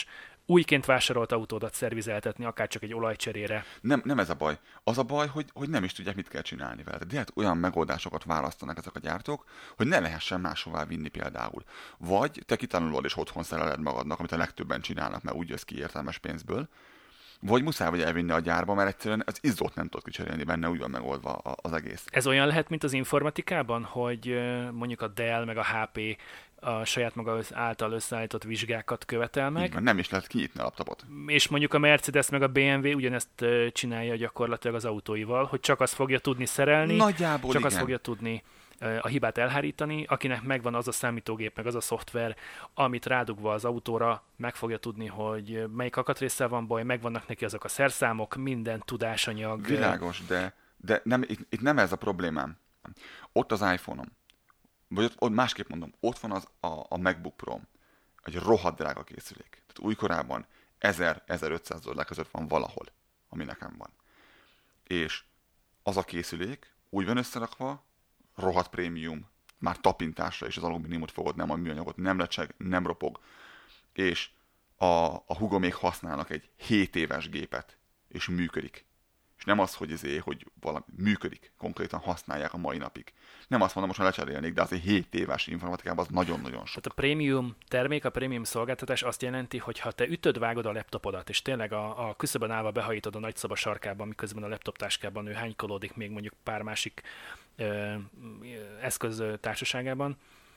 újként vásárolt autódat szervizeltetni, akár csak egy olajcserére. Nem, nem ez a baj. Az a baj, hogy, hogy nem is tudják, mit kell csinálni vele. De hát olyan megoldásokat választanak ezek a gyártók, hogy ne lehessen máshová vinni például. Vagy te kitanulod és otthon szereled magadnak, amit a legtöbben csinálnak, mert úgy jössz ki értelmes pénzből. Vagy muszáj vagy elvinni a gyárba, mert egyszerűen az izzót nem tudod kicserélni benne, úgy van megoldva az egész. Ez olyan lehet, mint az informatikában, hogy mondjuk a Dell meg a há pé a saját maga által összeállított vizsgákat követel meg. Így van, nem is lehet kinyitni a laptopot. És mondjuk a Mercedes meg a bé em vé ugyanezt csinálja gyakorlatilag az autóival, hogy csak azt fogja tudni szerelni, Nagyjából csak igen. azt fogja tudni a hibát elhárítani, akinek megvan az a számítógép, meg az a szoftver, amit rádugva az autóra, meg fogja tudni, hogy melyik akatrésszel van baj, megvannak neki azok a szerszámok, minden tudásanyag. Világos, de, de nem, itt, itt nem ez a problémám. Ott az iPhone-om, vagy ott, ott másképp mondom, ott van az a, a MacBook Pro, egy rohadt drága készülék. Tehát újkorában ezer-ezerötszáz dollár között van valahol, ami nekem van. És az a készülék úgy van összerakva, rohadt prémium, már tapintásra is az alumíniumot fogod, nem a műanyagot, nem lecseg, nem ropog. És a, a hugomék használnak egy hét éves gépet, és működik. És nem az, hogy ezé, hogy valami működik, konkrétan használják a mai napig. Nem azt mondom, most már lecserélnék, de azért hét éves informatikában az nagyon-nagyon sok. Tehát a prémium termék, a prémium szolgáltatás azt jelenti, hogy ha te ütöd, vágod a laptopodat, és tényleg a, a küszöbön állva behajítod a nagy szoba sarkában, miközben a laptop táskában ő hánykolódik még mondjuk pár másik ö, eszköz társaságában,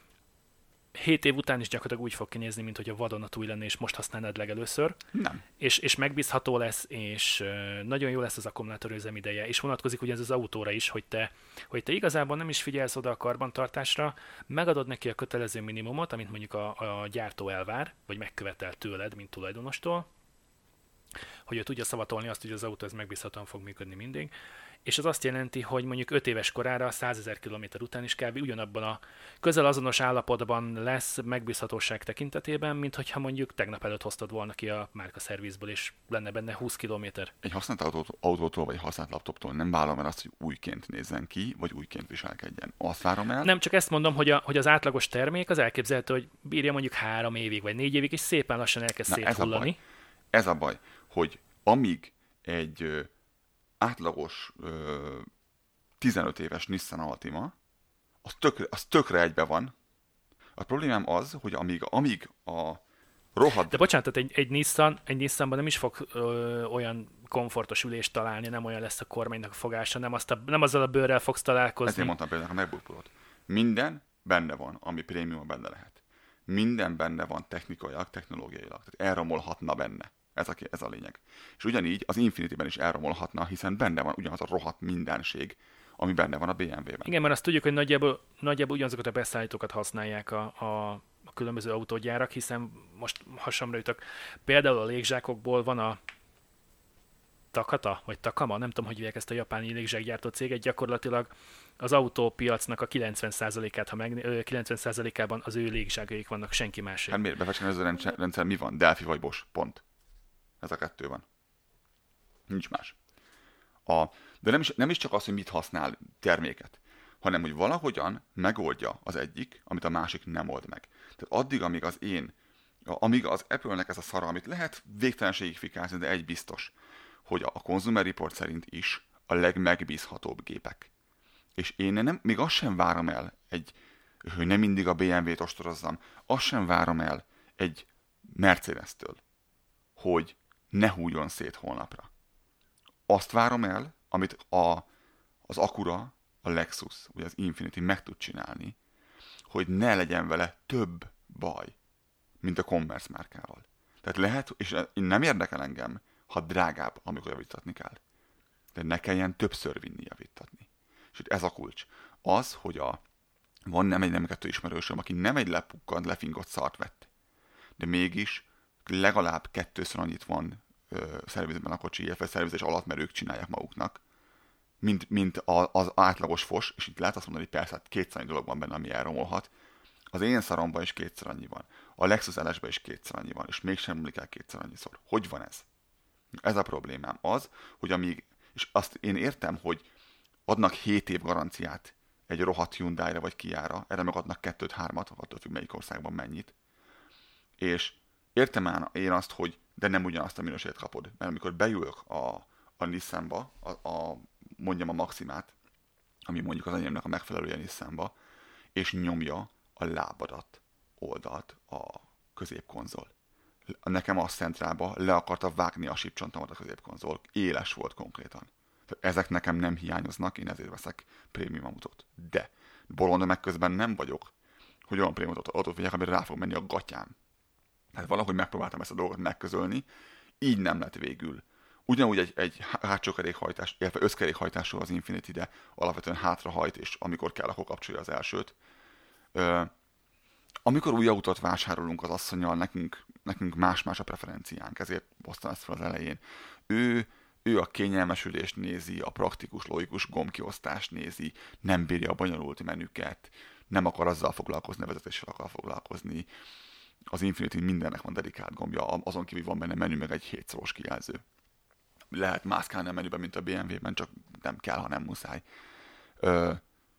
hét év után is gyakorlatilag úgy fog kinézni, mint hogy a vadonatúj lenne, és most használnád legelőször. Nem. És, és megbízható lesz, és nagyon jó lesz az akkumulátor üzemideje. És vonatkozik ugye ez az autóra is, hogy te, hogy te igazából nem is figyelsz oda a karbantartásra, megadod neki a kötelező minimumot, amit mondjuk a, a gyártó elvár, vagy megkövetel tőled, mint tulajdonostól, hogy ő tudja szavatolni azt, hogy az autó ez megbízhatóan fog működni mindig. És az azt jelenti, hogy mondjuk öt éves korára, százezer kilométer után is kb. Ugyanabban a közel azonos állapotban lesz megbízhatóság tekintetében, mint hogyha mondjuk tegnap előtt hoztad volna ki a márka szervizből, és lenne benne húsz kilométer. Egy használt autó, autótól vagy használt laptoptól nem várom el azt, hogy újként nézzen ki, vagy újként viselkedjen. Azt várom el. Nem, csak ezt mondom, hogy, a, hogy az átlagos termék az elképzelhető, hogy bírja mondjuk három évig, vagy négy évig, és szépen lassan elkezd széthullani. Ez a baj, hogy amíg egy ö, átlagos ö, tizenöt éves Nissan Altima, az tökre, az tökre egybe van. A problémám az, hogy amíg, amíg a rohadt... De bocsánat, tehát egy, egy, Nissan, egy Nissanban nem is fog ö, olyan komfortos ülést találni, nem olyan lesz a kormánynak a fogása, nem, azt a, nem azzal a bőrrel fogsz találkozni. Ezért mondtam például a MacBook Pro-t. Minden benne van, ami prémium benne lehet. Minden benne van technikailag, technológiailag. Tehát elromolhatna benne. Ez a, ez a lényeg. És ugyanígy az Infinity-ben is elromolhatna, hiszen benne van ugyanaz a rohadt mindenség, ami benne van a bé em vé-ben. Igen, mert azt tudjuk, hogy nagyjából, nagyjából ugyanazokat a beszállítókat használják a, a, a különböző autógyárak, hiszen most hasamra jutok. Például a légzsákokból van a Takata, vagy Takama, nem tudom, hogy hívják ezt a japáni légzsákgyártó céget, gyakorlatilag az autópiacnak a kilencven százalékát, ha meg, kilencven százalékában az ő légzsákaik vannak, senki másé. Hát miért? Befecsken ez a rendszer, rendszer mi van? Delphi vagy Bosch? Pont. Ez a kettő van. Nincs más. A, de nem is, nem is csak az, hogy mit használ terméket, hanem hogy valahogyan megoldja az egyik, amit a másik nem old meg. Tehát addig, amíg az én, amíg az Apple-nek ez a szara, amit lehet végtelenségig fikázni, de egy biztos, hogy a Consumer Report szerint is a legmegbízhatóbb gépek. És én nem, még azt sem várom el, egy, hogy nem mindig a bé em vé-t ostorozzam, azt sem várom el egy Mercedes-től, hogy ne hújjon szét holnapra. Azt várom el, amit a, az Acura, a Lexus, vagy az Infiniti meg tud csinálni, hogy ne legyen vele több baj, mint a Commerce márkával. Tehát lehet, és nem érdekel engem, ha drágább, amikor javítatni kell. De ne kelljen többször vinni javítatni. És itt ez a kulcs. Az, hogy a, van nem egy nem kettő ismerősöm, aki nem egy lepukkant, lefingott szart vett, de mégis legalább kettőször annyit van ö, szervizben a kocsi, illetve szervizés alatt, mert ők csinálják maguknak, mint, mint a, az átlagos fos, és itt lehet azt mondani, hogy persze, hát kétszer annyi dolog van benne, ami elromolhat. Az én szaromban is kétszer annyi van. A Lexus el es-ben is kétszer annyi van, és mégsem múlik el kétszer annyiszor. Hogy van ez? Ez a problémám az, hogy amíg, és azt én értem, hogy adnak hét év garanciát egy rohadt Hyundai-ra vagy Kia-ra, erre meg adnak kettőt, hármat, attól függ melyik országban mennyit. És értem én azt, hogy de nem ugyanazt a minőséget kapod. Mert amikor beülök a, a Nissanba, a, a, mondjam a Maximát, ami mondjuk az enyémnek a megfelelője Nissanba, és nyomja a lábadat oldalt a középkonzol. Nekem a Centrába le akarta vágni a sípcsontomat a középkonzol. Éles volt konkrétan. Ezek nekem nem hiányoznak, én ezért veszek prémium autót. De bolond meg közben nem vagyok, hogy olyan prémium autót vegyek, amire rá fog menni a gatyám. Tehát valahogy megpróbáltam ezt a dolgot megközölni, így nem lett végül. Ugyanúgy egy, egy hátsó kerékhajtás, illetve összkerékhajtású az Infiniti, de alapvetően hátrahajt, és amikor kell, akkor kapcsolja az elsőt. Ö, amikor új autót vásárolunk az asszonnyal, nekünk, nekünk más-más a preferenciánk, ezért hoztam ezt fel az elején. Ő, ő a kényelmesülést nézi, a praktikus, logikus gombkiosztást nézi, nem bírja a bonyolult menüket, nem akar azzal foglalkozni, a vezetéssel akar foglalkozni. Az Infinity mindennek van dedikált gombja, azon kívül van benne menü, meg egy hétszoros kijelző. Lehet mászkálni a menüben, mint a bé em vé-ben, csak nem kell, ha nem muszáj. Ö,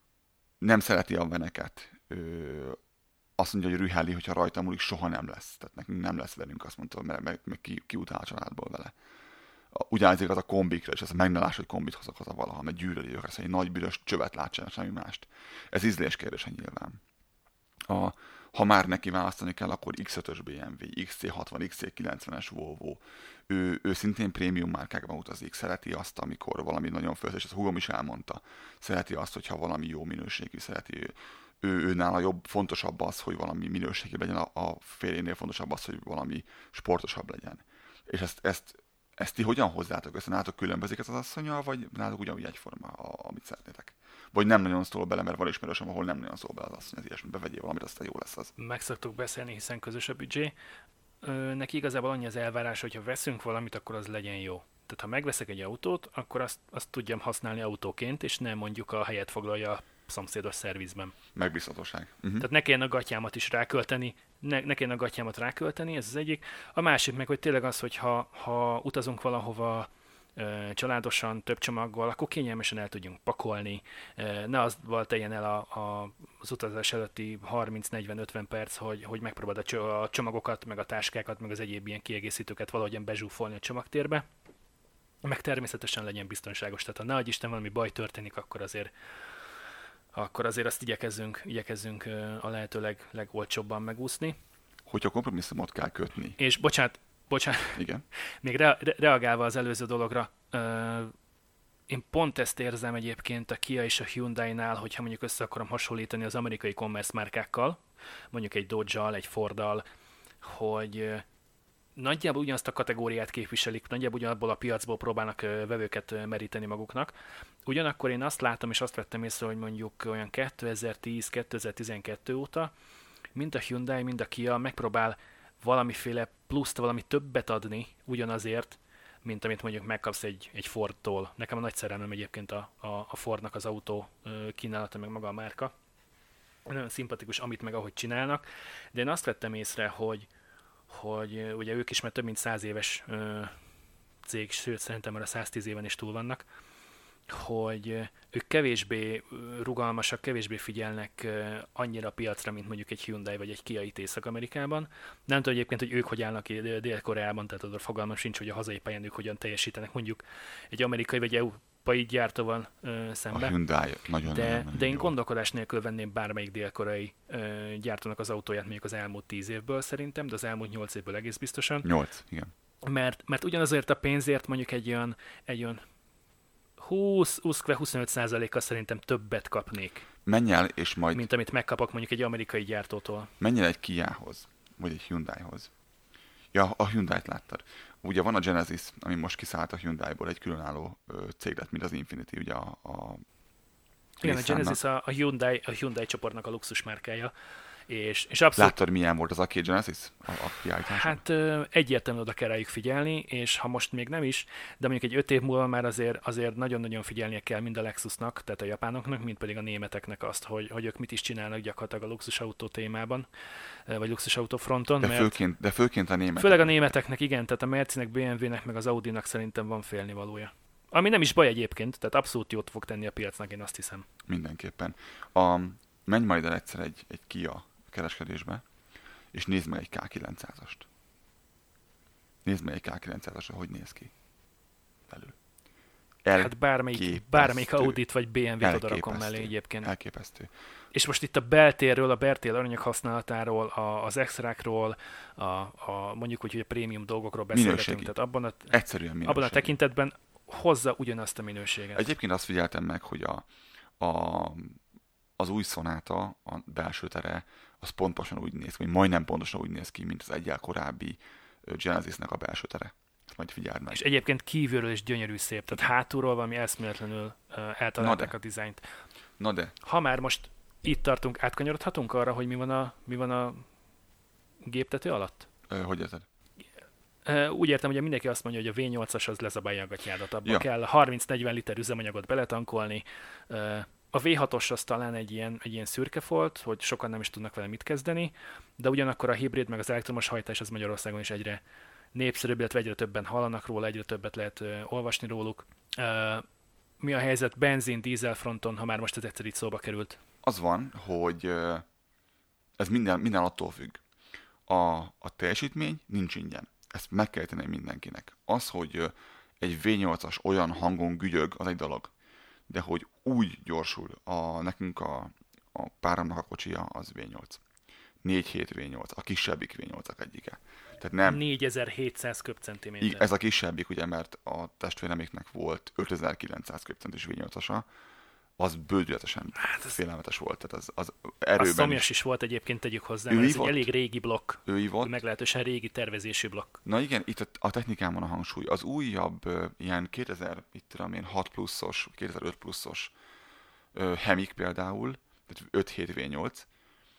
nem szereti a veneket. Ö, azt mondja, hogy rüheli, hogyha rajta múlik, soha nem lesz. Tehát nekünk nem lesz velünk, azt mondta, mert meg, meg ki, kiutál a családból vele. Ugyanezért az a kombikra, és ez a meg ne láss, hogy kombit hozok haza valaha, mert gyűlöli őket, hogy egy nagy büdös csövet látsanak, semmi mást. Ez ízlés kérdése nyilván. A, ha már neki választani kell, akkor iksz ötös bé em vé, iksz cé hatvan, iksz cé kilencvenes Volvo. Ő, ő szintén prémium márkákban utazik, szereti azt, amikor valami nagyon föl, és ezt húgom is elmondta. Szereti azt, hogyha valami jó minőségű, szereti ő. Ő, ő nála jobb, fontosabb az, hogy valami minőségű legyen, a, a férjénél fontosabb az, hogy valami sportosabb legyen. És ezt, ezt, ezt ti hogyan hozzátok össze? Nálatok különbözik ez az asszonnyal, vagy nálatok ugyanúgy egyforma, a, amit szeretnétek? Vagy nem nagyon szól bele, mert van ismerősöm, ahol nem nagyon szól bele az asszony, az ilyesmibe vegyél valamit, aztán jó lesz az. Meg szoktuk beszélni, hiszen közös a büdzsé. Ö, neki igazából annyi az elvárás, hogy ha veszünk valamit, akkor az legyen jó. Tehát ha megveszek egy autót, akkor azt, azt tudjam használni autóként, és nem mondjuk a helyet foglalja a szomszédos szervizben. Megbízhatóság. Uh-huh. Tehát ne kelljen a gatyámat is rákölteni, ne, ne kelljen a gatyámat rákölteni, ez az egyik. A másik meg, hogy tényleg az, hogy ha, ha utazunk valahova ö, családosan, több csomaggal, akkor kényelmesen el tudjunk pakolni. Ö, ne az teljen el a, a, az utazás előtti harminc negyven ötven perc, hogy, hogy megpróbáld a csomagokat, meg a táskákat, meg az egyéb ilyen kiegészítőket valahogyan bezsúfolni a csomagtérbe. Meg természetesen legyen biztonságos. Tehát ha ne adj Isten valami baj történik, akkor azért akkor azért azt igyekezzünk, igyekezzünk a lehető leg, legolcsóbban megúszni. Hogyha kompromisszumot kell kötni. És bocsánat, bocsánat, igen. még re, re, reagálva az előző dologra, uh, én pont ezt érzem egyébként a Kia és a Hyundai-nál, hogyha mondjuk össze akarom hasonlítani az amerikai commerce márkákkal, mondjuk egy Dodge-al, egy Ford-dal, hogy uh, nagyjából ugyanazt a kategóriát képviselik, nagyjából ugyanabból a piacból próbálnak vevőket meríteni maguknak. Ugyanakkor én azt látom, és azt vettem észre, hogy mondjuk olyan kétezer-tíz kétezer-tizenkettő óta, mind a Hyundai, mind a Kia megpróbál valamiféle pluszt, valami többet adni ugyanazért, mint amit mondjuk megkapsz egy, egy Fordtól. Nekem a nagy szerelmem egyébként a, a, a Fordnak az autó kínálata, meg maga a márka. Nagyon szimpatikus, amit meg ahogy csinálnak, de én azt vettem észre, hogy hogy ugye ők is már több mint száz éves ö, cég, sőt szerintem már a száztíz éven is túl vannak, hogy ők kevésbé rugalmasak, kevésbé figyelnek annyira a piacra, mint mondjuk egy Hyundai vagy egy Kia itt Észak-Amerikában. Nem tudom egyébként, hogy ők hogy állnak Dél-Koreában, tehát oda fogalmam sincs, hogy a hazai pályán ők hogyan teljesítenek mondjuk egy amerikai vagy európai gyártóval ö, szemben. A Hyundai nagyon de, nagyon, nagyon de én jó. gondolkodás nélkül venném bármelyik dél-koreai ö, gyártónak az autóját mondjuk az elmúlt tíz évből szerintem, de az elmúlt nyolc évből egész biztosan. Nyolc, igen. Mert, mert ugyanazért a pénzért mondjuk egy olyan, egy olyan húsz-huszonöt százalékkal szerintem többet kapnék. Menj el, és majd... Mint amit megkapok mondjuk egy amerikai gyártótól. Menj el egy Kiához, vagy egy Hyundaihoz. Ja, a Hyundai-t láttad. Ugye van a Genesis, ami most kiszállt a Hyundai-ból, egy különálló ö, cég lett, mint az Infiniti, ugye a, a igen, Nissannak. a Genesis a, a, Hyundai, a Hyundai csoportnak a luxus márkája. És, és abszolút... Láttad, milyen volt az a két Genesis? A, a kiállításon? Hát ö, egyértelműen oda kell rájuk figyelni, és ha most még nem is, de mondjuk egy öt év múlva már azért, azért nagyon-nagyon figyelnie kell mind a Lexusnak, tehát a japánoknak, mind pedig a németeknek azt, hogy, hogy ők mit is csinálnak gyakorlatilag a luxusautó témában, vagy luxusautó fronton. De, mert főként, de főként a németek. Főleg a németeknek, igen, tehát a Mercinek, bé em vé-nek, meg az Audinak szerintem van félnivalója. Ami nem is baj egyébként, tehát abszolút jót fog tenni a piacnak, én azt hiszem. Mindenképpen. A, menj majd el egyszer egy, egy Kia kereskedésbe, és nézd meg egy ká kilencszázast. Nézd meg egy ká kilencszázasra, hogy néz ki. Belül. Hát bármelyik, bármelyik Audit vagy bé em vét oda rakom mellé egyébként. Elképesztő. És most itt a beltérről, a beltér anyag használatáról, a, az extrákról, a, a, mondjuk úgy, hogy a prémium dolgokról beszélgetünk. Tehát abban a, Egyszerűen abban a tekintetben hozza ugyanazt a minőséget. Egyébként azt figyeltem meg, hogy a, a, az új Sonata, a belső tere, az pontosan úgy néz ki, vagy majdnem pontosan úgy néz ki, mint az egyel korábbi Genesisnek a belső tere. Ezt majd figyeld meg. És egyébként kívülről is gyönyörű szép, tehát hátulról valami eszméletlenül uh, eltalálták a dizájnt. Na de. Ha már most itt tartunk, átkanyarodhatunk arra, hogy mi van a, mi van a géptető alatt? Ö, hogy érted? Úgy értem, hogy mindenki azt mondja, hogy a vé nyolcas az lezabálja a gatyádat. Abba ja. kell harminc-negyven liter üzemanyagot beletankolni. A vé hatos az talán egy ilyen, egy ilyen szürke folt, hogy sokan nem is tudnak vele mit kezdeni, de ugyanakkor a hibrid meg az elektromos hajtás az Magyarországon is egyre népszerűbb, illetve egyre többen hallanak róla, egyre többet lehet olvasni róluk. Mi a helyzet benzin, dízel fronton, ha már most ez egyszer itt szóba került? Az van, hogy ez minden, minden attól függ. A, a teljesítmény nincs ingyen. Ezt meg kell tenni mindenkinek. Az, hogy egy vé nyolcas olyan hangon gügyög, az egy dolog. De hogy úgy gyorsul a, nekünk a, a páramnak a kocsia, az vé nyolc. négy hét vé nyolc, a kisebbik vé nyolcak egyike. Tehát nem... négyezer-hétszáz köbcentiméter. Ez a kisebbik, ugye, mert a testvéreméknek volt ötezer-kilencszáz köbcentis vé nyolcasa, az bődületesen hát ez... félelmetes volt. Tehát az, az erőben a szomjas is. is volt egyébként, tegyük hozzá, mert ez egy elég régi blokk. Ő volt. Meglehetősen régi tervezésű blokk. Na igen, itt a, a technikán van a hangsúly. Az újabb uh, ilyen kétezer-hat pluszos, kétezer-öt pluszos uh, Hemik például, tehát öt hét vé nyolc,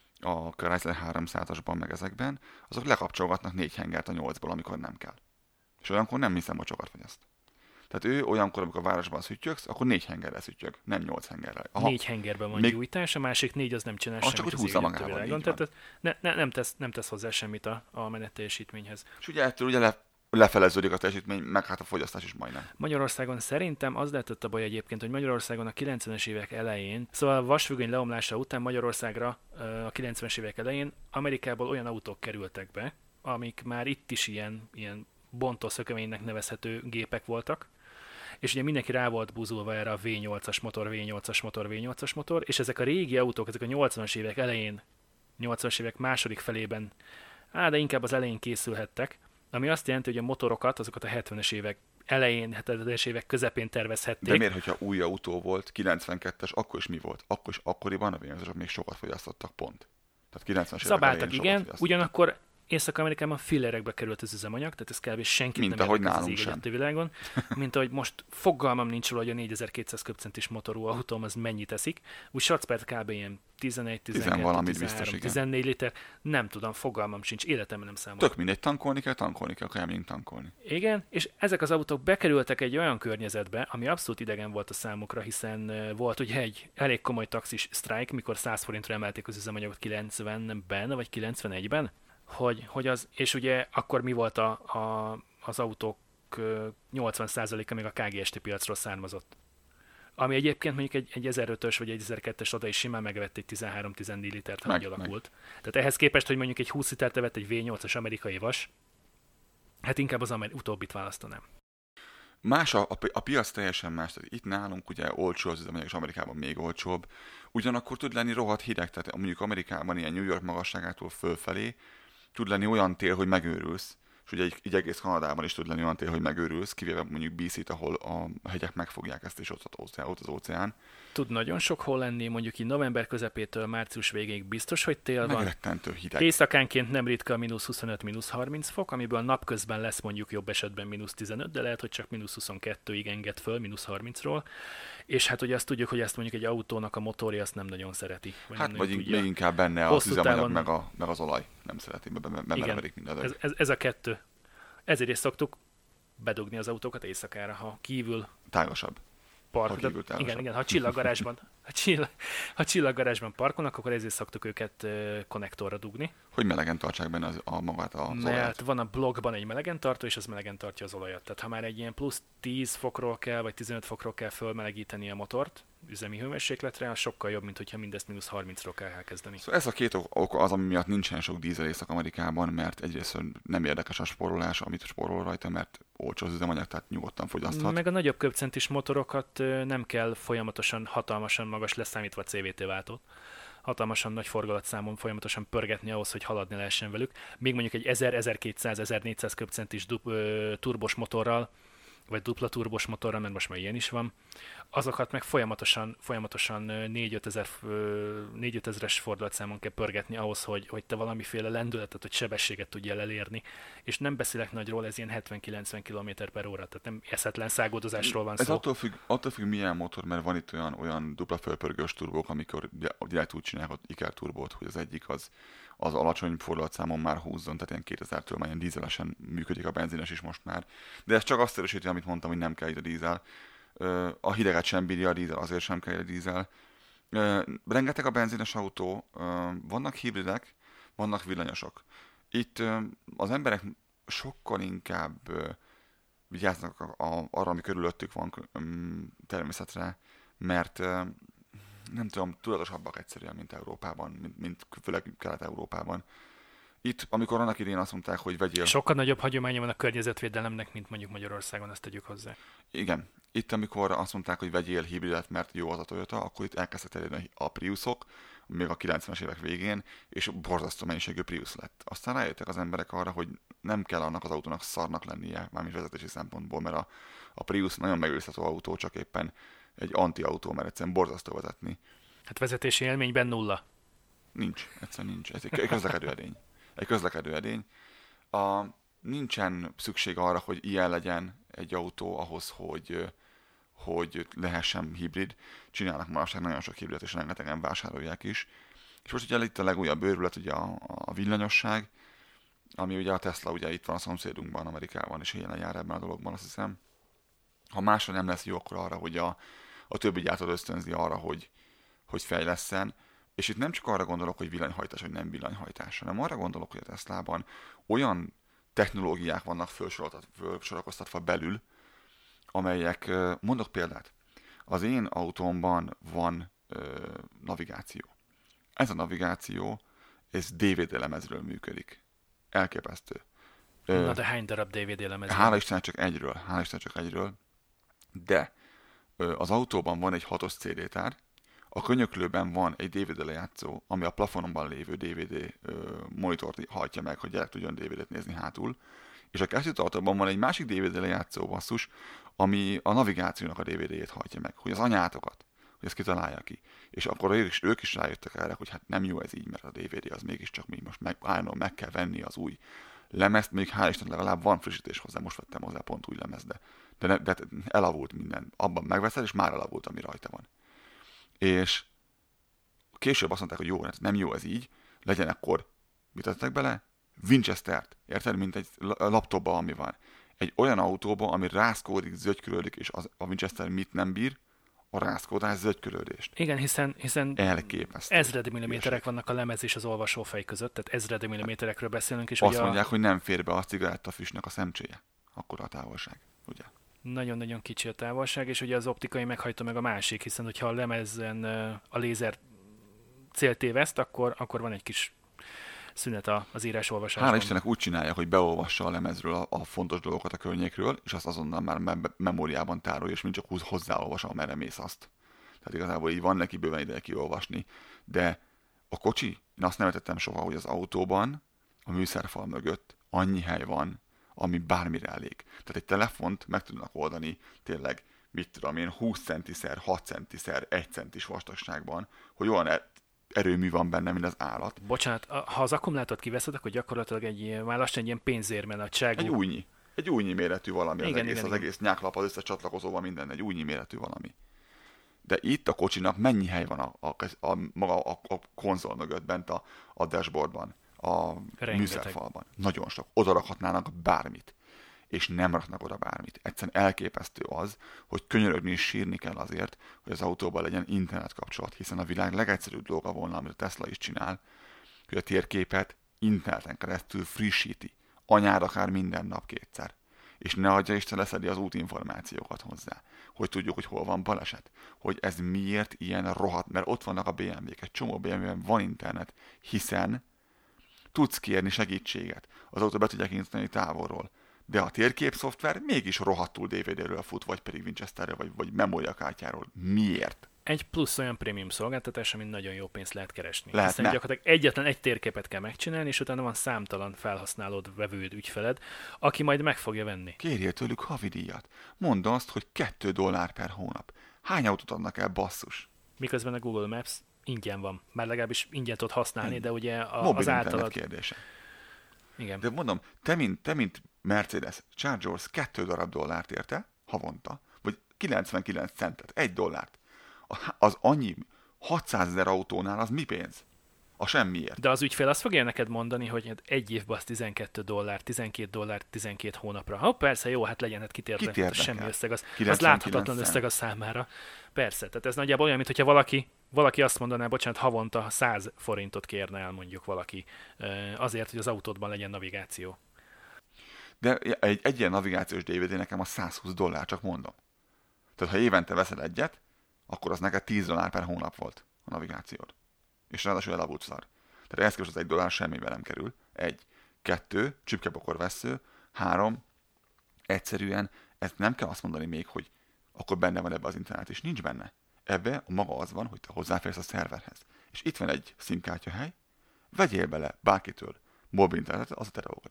a Chrysler háromszázasban meg ezekben, azok lekapcsolgatnak négy hengert a nyolcból, amikor nem kell. És olyankor nem hiszem, hogy sokat fogyaszt. Tehát ő olyankor, amikor a városban szüttyögsz, akkor négy hengerrel szüttyög, nem nyolc hengerrel. Aha. Négy hengerben van még... gyújtás, a másik négy az nem csinál az semmit csak, hogy az húzza magával, világon. Tehát ne, ne, nem, tesz, nem tesz hozzá semmit a, a menetteljesítményhez. És ugye ettől ugye le, lefeleződik a teljesítmény, meg hát a fogyasztás is majdnem. Magyarországon szerintem az lehetett a baj egyébként, hogy Magyarországon a kilencvenes évek elején, szóval a vasfüggöny leomlása után Magyarországra a kilencvenes évek elején Amerikából olyan autók kerültek be, amik már itt is ilyen, ilyen bontószökeménynek nevezhető gépek voltak, és ugye mindenki rá volt búzulva erre a vé nyolcas motor, vé nyolcas motor, vé nyolcas motor, és ezek a régi autók, ezek a nyolcvanas évek elején, nyolcvanas évek második felében, á, de inkább az elején készülhettek, ami azt jelenti, hogy a motorokat, azokat a hetvenes évek elején, hetvenes évek közepén tervezhették. De miért, hogyha új autó volt, kilencvenkettes, akkor is mi volt? Akkor is akkoriban a vé nyolcasok még sokat fogyasztottak pont. Tehát kilencvenes évek szabáltak, igen, ugyanakkor Észak-Amerikában fillerekbe került az üzemanyag, tehát ez kb. Senkit mint nem érdekel az ég világon. Mint ahogy most fogalmam nincs róla, hogy a négyezer-kétszáz köbcentis motorú autóm az mennyit teszik. Úgy satszpert kb. Ilyen tizenegy, tizenkettő, tizenhárom, tizennégy liter. Nem tudom, fogalmam sincs, életemben nem számolom. Tök mindegy, tankolni kell, tankolni kell, kell mindig tankolni. Igen, és ezek az autók bekerültek egy olyan környezetbe, ami abszolút idegen volt a számukra, hiszen volt ugye egy elég komoly taxis sztrájk, mikor száz forintra emelték az üzemanyagot kilencvenben vagy kilencvenegyben. Hogy, hogy az, és ugye akkor mi volt a, a, az autók nyolcvan százaléka még a ká gé es té piacról származott. Ami egyébként mondjuk egy, egy ezerötös vagy egy ezerkettes oda is simán megvett egy tizenhárom-tizennégy litert, ha meg, úgy alakult. Meg. Tehát ehhez képest, hogy mondjuk egy húsz litert vett egy vé nyolcas amerikai vas, hát inkább az amer- utóbbit választanám. Más a, a, a piac teljesen más. Tehát itt nálunk ugye olcsó az üzemanyag, és Amerikában még olcsóbb. Ugyanakkor tud lenni rohadt hideg, tehát mondjuk Amerikában ilyen New York magasságától fölfelé tud lenni olyan tél, hogy megőrülsz. És ugye így egész Kanadában is tud lenni olyan tél, hogy megőrülsz, kivéve mondjuk bé cét, ahol a hegyek megfogják ezt, és ott, ott az óceán. Tud nagyon sok hol lenni, mondjuk így november közepétől március végéig biztos, hogy tél van. Megrettentő hideg. Éjszakánként nem ritka a mínusz huszonöt mínusz harminc fok, amiből napközben lesz mondjuk jobb esetben mínusz tizenöt, de lehet, hogy csak mínusz huszonkettőig enged föl, mínusz harmincról. És hát ugye azt tudjuk, hogy ezt mondjuk egy autónak a motorja azt nem nagyon szereti. Vagy hát vagy még inkább benne az üzemanyag meg, a, meg az olaj. Nem szereti, bemerevedik minden. Ez, ez, ez a kettő. Ezért is szoktuk bedugni az autókat éjszakára, ha kívül... Tágasabb. Park, ha kívül tágasabb. Igen, igen, ha csillaggarázsban, ha, csillag, ha csillaggarázsban parkolnak, akkor ezért szoktuk őket uh, konnektorra dugni. Hogy melegen tartsák benne az, a magát az Mert olajat. Van a blogban egy melegen tartó, és az melegen tartja az olajat. Tehát ha már egy ilyen plusz tíz fokról kell, vagy tizenöt fokról kell fölmelegíteni a motort, üzemi hőmérsékletre, az sokkal jobb, mint hogyha mindezt mínusz harmincról kell elkezdeni. Szóval ez a két ok az, ami miatt nincsen sok dízel Észak-Amerikában, mert egyrészt nem érdekes a spórolás, amit spórol rajta, mert olcsó az üzemanyag, tehát nyugodtan fogyaszthat. Meg a nagyobb köbcentis motorokat nem kell folyamatosan, hatalmasan magas, leszámítva cé vé té váltót, hatalmasan nagy forgalatszámon folyamatosan pörgetni ahhoz, hogy haladni lehessen velük. Még mondjuk egy ezer, ezerkétszáz, ezernégyszáz köbcentis du- ö, turbos motorral, vagy dupla turbos motorral, mert most már ilyen is van, azokat meg folyamatosan, folyamatosan négy-öt ezres fordulatszámon kell pörgetni ahhoz, hogy, hogy te valamiféle lendületet, vagy sebességet tudjál elérni. És nem beszélek nagyról, ez ilyen hetven-kilencven kilométer per óra, tehát nem eszetlen száguldozásról van ez szó. attól függ, attól függ milyen motor, mert van itt olyan, olyan dupla fölpörgős turbók, amikor direkt úgy csinálják az Iker turbót, hogy az egyik az, az alacsony fordulatszámon már húzzon, tehát ilyen kétezertől már ilyen dízelesen működik, a benzines is most már. De ez csak azt erősíti, amit mondtam, hogy nem kell ide dízel. A hideget sem bírja a dízel, azért sem kell ide dízel. Rengeteg a benzines autó, vannak hibridek, vannak villanyosok. Itt az emberek sokkal inkább vigyáznak a, a, arra, ami körülöttük van természetre, mert nem tudom, tudatosabbak egyszerűen, mint Európában, mint, mint főleg Kelet-Európában. Itt, amikor annak idén azt mondták, hogy vegyél... Sokkal nagyobb hagyománya van a környezetvédelemnek, mint mondjuk Magyarországon, ezt tegyük hozzá. Igen. Itt, amikor azt mondták, hogy vegyél hibridet, mert jó az a Toyota, akkor itt elkezdtek terjedni a Priusok, még a kilencvenes évek végén, és borzasztó mennyiségű Prius lett. Aztán rájöttek az emberek arra, hogy nem kell annak az autónak szarnak lennie, mármint vezetési szempontból, mert a, a Prius nagyon megőrizhető autó, csak éppen egy anti-autó, mert egyszerűen borzasztó vezetni. Hát vezetési élményben nulla. Nincs, egyszerűen nincs. Ez egy közlekedő edény. Egy közlekedő edény. A, nincsen szükség arra, hogy ilyen legyen egy autó ahhoz, hogy, hogy lehessen hibrid. Csinálnak manapság nagyon sok hibridet, és rengetegen vásárolják is. És most ugye itt a legújabb őrület, ugye a, a villanyosság, ami ugye a Tesla ugye itt van a szomszédunkban, Amerikában, és élen jár ebben a dologban, azt hiszem. Ha másra nem lesz jó, akkor arra, hogy a, a többi gyártó ösztönzi arra, hogy, hogy fejlesszen. És itt nem csak arra gondolok, hogy villanyhajtás, vagy nem villanyhajtás, hanem arra gondolok, hogy a Teslában olyan technológiák vannak felsorakoztatva belül, amelyek, mondok példát, az én autómban van ö, navigáció. Ez a navigáció, ez dé vé dé lemezről működik. Elképesztő. Na de hány darab dé vé dé lemez? Hála Isten csak egyről, hála Isten csak egyről, de ö, az autóban van egy hatos cé dé tár, a könyöklőben van egy dé vé dé lejátszó, ami a plafonomban lévő dé vé dé ö, monitort hajtja meg, hogy gyerek tudjon dé vé dét nézni hátul, és a kettőtartóban van egy másik dé vé dé lejátszó basszus, ami a navigációnak a dé vé dé-jét hajtja meg, hogy az anyátokat, hogy ezt kitalálja ki. És akkor ők is, ők is rájöttek erre, hogy hát nem jó ez így, mert a dé vé dé az mégiscsak még most meg, állnom, meg kell venni az új lemezt, még hál' Isten legalább van frissítés hozzá, most vettem hozzá pont új lemez, de, de, ne, de elavult minden. Abban megveszed, és már elavult, ami rajta van. És később azt mondták, hogy jó, nem jó ez így, legyen akkor, mit tettek bele? Winchester-t, érted? Mint egy laptopba, ami van. Egy olyan autóba, ami rázkódik, zögykülődik, és az, a Winchester mit nem bír? A rázkódás zögykülődést. Igen, hiszen, hiszen elképesztő. Ezredi milliméterek vannak a lemez és az olvasófej között, tehát ezredi milliméterekről beszélünk. És azt ugye mondják, a... hogy nem fér be a cigarettafüstnek a szemcséje. Akkor a távolság, ugye? Nagyon-nagyon kicsi a távolság, és ugye az optikai meghajtó meg a másik, hiszen hogyha a lemezen a lézer céltéveszt, akkor, akkor van egy kis szünet az írás-olvasásban. Hál' Istennek úgy csinálja, hogy beolvassa a lemezről a, a fontos dolgokat a környékről, és azt azonnal már me- memóriában tárolja, és mind csak hozzáolvas, amerre mész azt. Tehát igazából így van neki bőven ideje kiolvasni. De a kocsi, én azt nem értettem soha, hogy az autóban, a műszerfal mögött annyi hely van, ami bármire elég. Tehát egy telefont meg tudnak oldani tényleg, mit tudom én, húsz centiszer, hat centiszer, egy centis vastagságban, hogy olyan erőmű van benne, mint az állat. Bocsánat, ha az akkumulátort kiveszed, akkor gyakorlatilag egy, már lassan egy ilyen pénzérmenadságú. Egy újnyi. Egy újnyi méretű valami, igen, az egész, igen, az igen. egész nyáklap, az összes csatlakozóval minden, egy újnyi méretű valami. De itt a kocsinak mennyi hely van a, a, a, maga a, a konzol mögött, bent a, a dashboardban, a Rengeteg. műszerfalban. Nagyon sok. Oda rakhatnának bármit. És nem raknak oda bármit. Egyszerűen elképesztő az, hogy könyörögni és sírni kell azért, hogy az autóban legyen internet kapcsolat, hiszen a világ legegyszerűbb dolga volna, amit a Tesla is csinál, hogy a térképet interneten keresztül frissíti. Anyád akár minden nap kétszer. és ne adja Isten leszedi az útinformációkat hozzá, hogy tudjuk, hogy hol van baleset, hogy ez miért ilyen rohadt, mert ott vannak a bé em vé-k, egy csomó bé em vé-ben van internet, hiszen tudsz kérni segítséget, az autó be tudják indítani távolról, de a térképszoftver mégis rohadtul dé vé dé-ről fut, vagy pedig Winchesterről, vagy, vagy memóriakártyáról. Miért? Egy plusz olyan prémium szolgáltatás, amin nagyon jó pénzt lehet keresni. Lehetne. Hiszen gyakorlatilag egyetlen egy térképet kell megcsinálni, és utána van számtalan felhasználód, vevőd, ügyfeled, aki majd meg fogja venni. Kérjél tőlük havidíjat. Mondd azt, hogy kettő dollár per hónap. Hány autót adnak el, basszus? Miközben a Google Maps ingyen van. Már legalábbis ingyen tudod használni, hmm. de ugye a, Mobil az általad... kérdése. Igen. De mondom, te mint, te mint Mercedes Chargers kettő darab dollárt érte havonta, vagy kilencvenkilenc centet, egy dollárt. Az annyi hatszázezer autónál az mi pénz? A semmiért. De az ügyfél azt fogja neked mondani, hogy egy évben az tizenkét dollár, tizenkét dollár, tizenkét hónapra. Ha persze, jó, hát legyen, hát kit érdekel, semmi összeg, az, az láthatatlan összeg a számára. Persze, tehát ez nagyjából olyan, mintha valaki, valaki azt mondaná, bocsánat, havonta száz forintot kérne el mondjuk valaki azért, hogy az autódban legyen navigáció. De egy, egy ilyen navigációs dé vé dé nekem a százhúsz dollár, csak mondom. Tehát ha évente veszel egyet, akkor az neked tíz dollár per hónap volt a navigációd. És ráadásul elavult szar. Tehát ehhez képest az egy dollár semmivel nem kerül. Egy. Kettő, csipkebokor vesző. Három, egyszerűen, ezt nem kell azt mondani még, hogy akkor benne van ebbe az internet, és nincs benne. Ebbe a maga az van, hogy te hozzáférsz a szerverhez. És itt van egy szimkártyahely, vegyél bele bárkitől mobil internetet, az a te dolgod.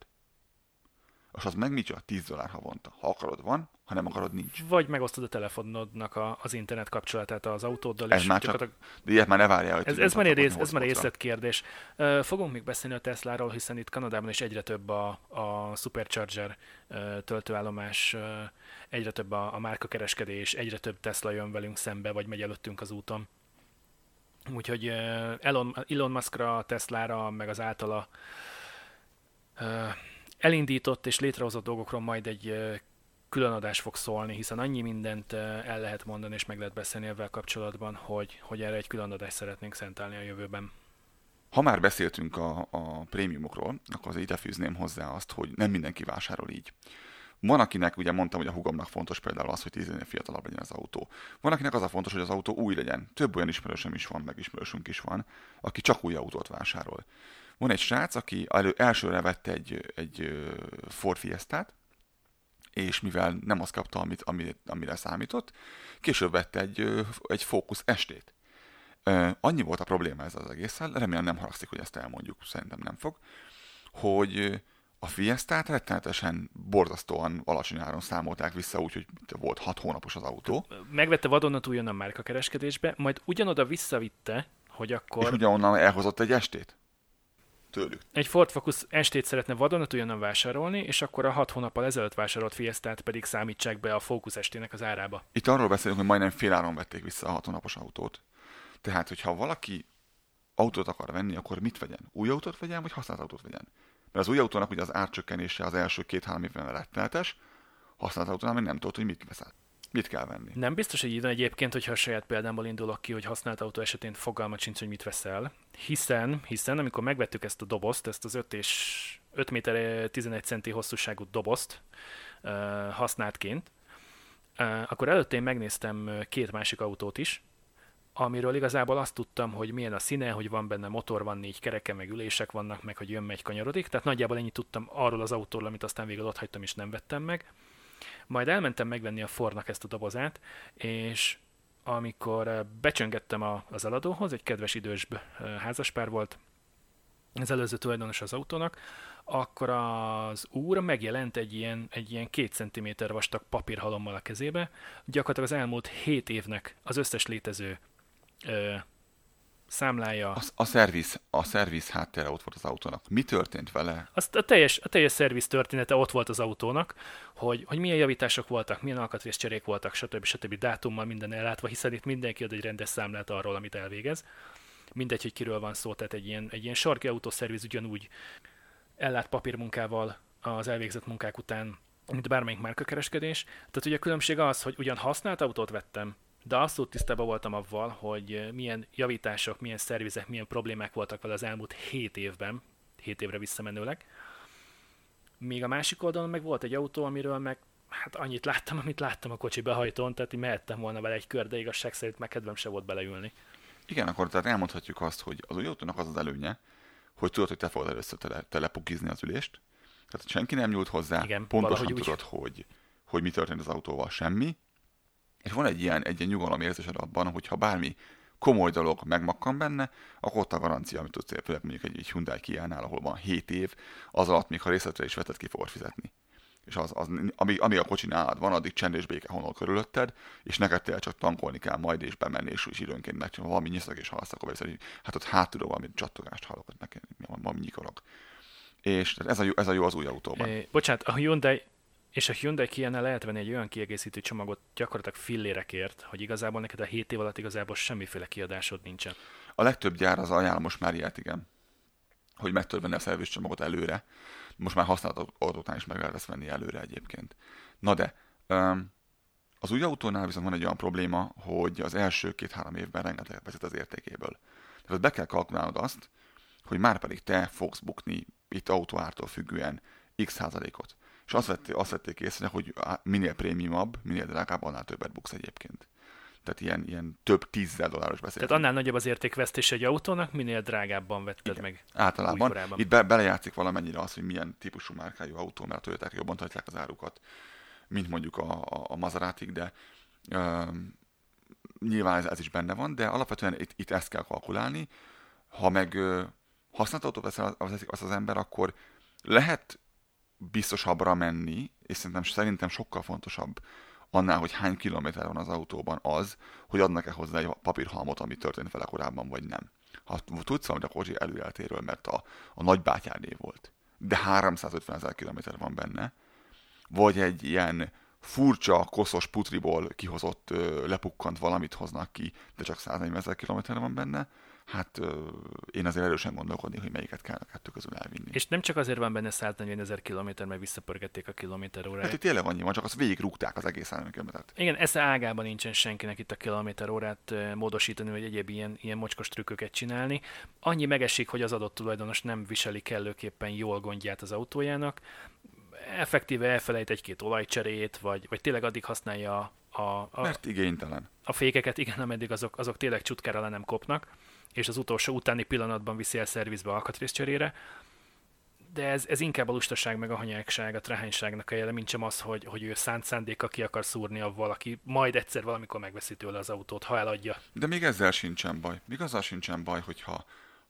És az meg micsoda? tíz dollár havonta. Ha akarod, van, ha nem akarod, nincs. Vagy megosztod a telefonodnak a, az internet kapcsolatát az autóddal. Ez és már csak, de ilyet már ne várjál, hogy... Ez, ez, már rész, ez már részletkérdés. Uh, fogunk még beszélni a Tesláról, hiszen itt Kanadában is egyre több a, a Supercharger uh, töltőállomás, uh, egyre több a, a márkakereskedés, egyre több Tesla jön velünk szembe, vagy megy előttünk az úton. Úgyhogy uh, Elon, Elon Muskra, Teslára, meg az általa uh, elindított és létrehozott dolgokról majd egy uh, külön adás fog szólni, hiszen annyi mindent el lehet mondani és meg lehet beszélni ezzel kapcsolatban, hogy, hogy erre egy külön adást szeretnénk szentelni a jövőben. Ha már beszéltünk a, a prémiumokról, akkor azért ide fűzném hozzá azt, hogy nem mindenki vásárol így. Van, akinek, ugye mondtam, hogy a hugomnak fontos például az, hogy tíz évnél fiatalabb legyen az autó. Van, akinek az a fontos, hogy az autó új legyen. Több olyan ismerősöm is van, meg ismerősünk is van, aki csak új autót vásárol. Van egy srác, aki elő, elsőre vett egy, egy Ford Fiestát, és mivel nem azt kapta, amit, amire, amire számított, később vette egy, egy Focus estét. Annyi volt a probléma ezzel az egésszel, remélem nem haragszik, hogy ezt elmondjuk, szerintem nem fog, hogy a Fiestát rettenetesen borzasztóan alacsony áron számolták vissza, úgyhogy volt hat hónapos az autó. Megvette vadonatújon a márkakereskedésbe, majd ugyanoda visszavitte, hogy akkor... És ugyanonnan elhozott egy estét? Tőlük. Egy Ford Focus estét szeretne vadonatújonnan vásárolni, és akkor a hat hónappal ezelőtt vásárolt Fiestát pedig számítsák be a Focus estének az árába. Itt arról beszélünk, hogy majdnem féláron vették vissza a hat hónapos autót. Tehát, hogyha valaki autót akar venni, akkor mit vegyen? Új autót vegyen, vagy használt autót vegyen? Mert az új autónak ugye az árcsökkenése az első két-három évben rettenetes, használt autónál még nem tudod, hogy mit veszel. Mit kell venni? Nem biztos, hogy így van egyébként, hogyha a saját példámból indulok ki, hogy használt autó esetén fogalmat sincs, hogy mit veszel. Hiszen, hiszen amikor megvettük ezt a dobozt, ezt az öt és öt méter tizenegy centi hosszúságú dobozt uh, használtként, uh, akkor előtte én megnéztem két másik autót is, amiről igazából azt tudtam, hogy milyen a színe, hogy van benne motor, van négy kereke, meg ülések vannak, meg hogy jön-megy, kanyarodik. Tehát nagyjából ennyit tudtam arról az autóról, amit aztán végül ott hagytam és nem vettem meg. Majd elmentem megvenni a Fordnak ezt a dobozát, és amikor becsöngettem a, az eladóhoz, egy kedves idős házaspár volt, az előző tulajdonos az autónak, akkor az úr megjelent egy ilyen, egy ilyen két centiméter vastag papírhalommal a kezébe, gyakorlatilag az elmúlt hét évnek az összes létező ö, számlája. A, a szerviz, a szerviz háttere ott volt az autónak. Mi történt vele? Azt a teljes, a teljes szerviz története ott volt az autónak, hogy, hogy milyen javítások voltak, milyen alkatrészcserék voltak, stb. stb. Dátummal minden ellátva, hiszen itt mindenki ad egy rendes számlát arról, amit elvégez. Mindegy, hogy kiről van szó, tehát egy ilyen, egy ilyen sarki autószerviz ugyanúgy ellát papírmunkával az elvégzett munkák után, mint bármelyik márkakereskedés. Tehát ugye a különbség az, hogy ugyan használt autót vettem, de abszolút tisztában voltam avval, hogy milyen javítások, milyen szervizek, milyen problémák voltak vele az elmúlt hét évben, hét évre visszamenőleg. Míg a másik oldalon meg volt egy autó, amiről meg hát annyit láttam, amit láttam a kocsi behajtón, tehát így mehettem volna vele egy kör, de igazság szerint meg kedvem se volt beleülni. Igen, akkor tehát elmondhatjuk azt, hogy az új autónak az az előnye, hogy tudod, hogy te fogod először tele, telepukizni az ülést, tehát senki nem nyúlt hozzá, Igen, pontosan valahogy tudod, úgy. hogy, hogy mi történt az autóval, semmi, és van egy ilyen, egy ilyen nyugalom érzésed abban, hogy ha bármi komoly dolog megmakkan benne, akkor ott a garancia, amit tudsz, főleg mondjuk egy, egy Hyundai Kia-nál, ahol van hét év, az alatt még ha részletre is vetted, ki fogod fizetni. És az, az, amíg, amíg a kocsi nálad van, addig csend és béke honol körülötted, és neked tényleg csak tankolni kell majd, és bemenni, és is időnként megcsinálni, valami nyiszak és hallasz, akkor beszélni, hát ott hátulról valami csattogást hallok, hogy meg valami nyikorog. És ez a, jó, ez a jó az új autóban. É, bocsánat, a Hyundai és a Hyundai Kia-nál lehet venni egy olyan kiegészítő csomagot gyakorlatilag fillérekért, hogy igazából neked a hét év alatt igazából semmiféle kiadásod nincsen. A legtöbb gyár az ajánl most már ilyet, igen, hogy meg tudod venni a szerviz csomagot előre. Most már használt autóknál is meg lehet ezt venni előre egyébként. Na de, az új autónál viszont van egy olyan probléma, hogy az első két-három évben rengeteget vezet az értékéből. Tehát be kell kalkulálnod azt, hogy már pedig te fogsz bukni itt autóártól függően x százalékot. És azt vették, azt vették észre, hogy minél prémiumabb, minél drágább, annál többet buksz egyébként. Tehát ilyen, ilyen több tízezer dolláros beszélünk. Tehát annál nagyobb az értékvesztés egy autónak, minél drágábban vetted igen. meg. Általában. Itt be, belejátszik valamennyire az, hogy milyen típusú márkájú autó, mert a Toyoták jobban tartják az árukat, mint mondjuk a, a, a Maseratik, de um, nyilván ez, ez is benne van, de alapvetően itt, itt ezt kell kalkulálni. Ha meg uh, használt autót veszel az, az az ember, akkor lehet biztosabbra menni, és szerintem, szerintem sokkal fontosabb annál, hogy hány kilométer van az autóban az, hogy adnak-e hozzá egy papírhalmot, ami történt vele korábban, vagy nem. Ha tudsz valamit a kocsi előjeltéről, mert a, a nagybátyádé volt, de háromszázötven ezer kilométer van benne, vagy egy ilyen furcsa, koszos putriból kihozott, lepukkant valamit hoznak ki, de csak száznegyven ezer kilométer van benne, hát én azért erősen gondolkodni, hogy melyiket kell a kettő közül elvinni. És nem csak azért van benne száznegyven ezer kilométer, mert visszapörgették a kilométer óráját. Hát itt tényleg annyi van, csak azt végigrúgták az egész száznegyven kilométert. Igen, esze ágában nincsen senkinek itt a kilométer órát módosítani, vagy egyéb ilyen, ilyen mocskos trükköket csinálni. Annyi megesik, hogy az adott tulajdonos nem viseli kellőképpen jól gondját az autójának, effektíve elfelejt egy-két olajcserét, vagy, vagy tényleg addig használja a, a, Mert igénytelen. a fékeket, igen, ameddig azok, azok tényleg csutkára le nem kopnak, és az utolsó utáni pillanatban viszi el szervizbe alkatrészcserére. De ez, ez inkább a lustaság, meg a hanyagság, a trehányságnak a jele, mint sem az, hogy, hogy ő szánt szándéka ki akar szúrni a valaki, majd egyszer valamikor megveszi tőle az autót, ha eladja. De még ezzel sincsen baj. Még azzal sincsen baj, hogyha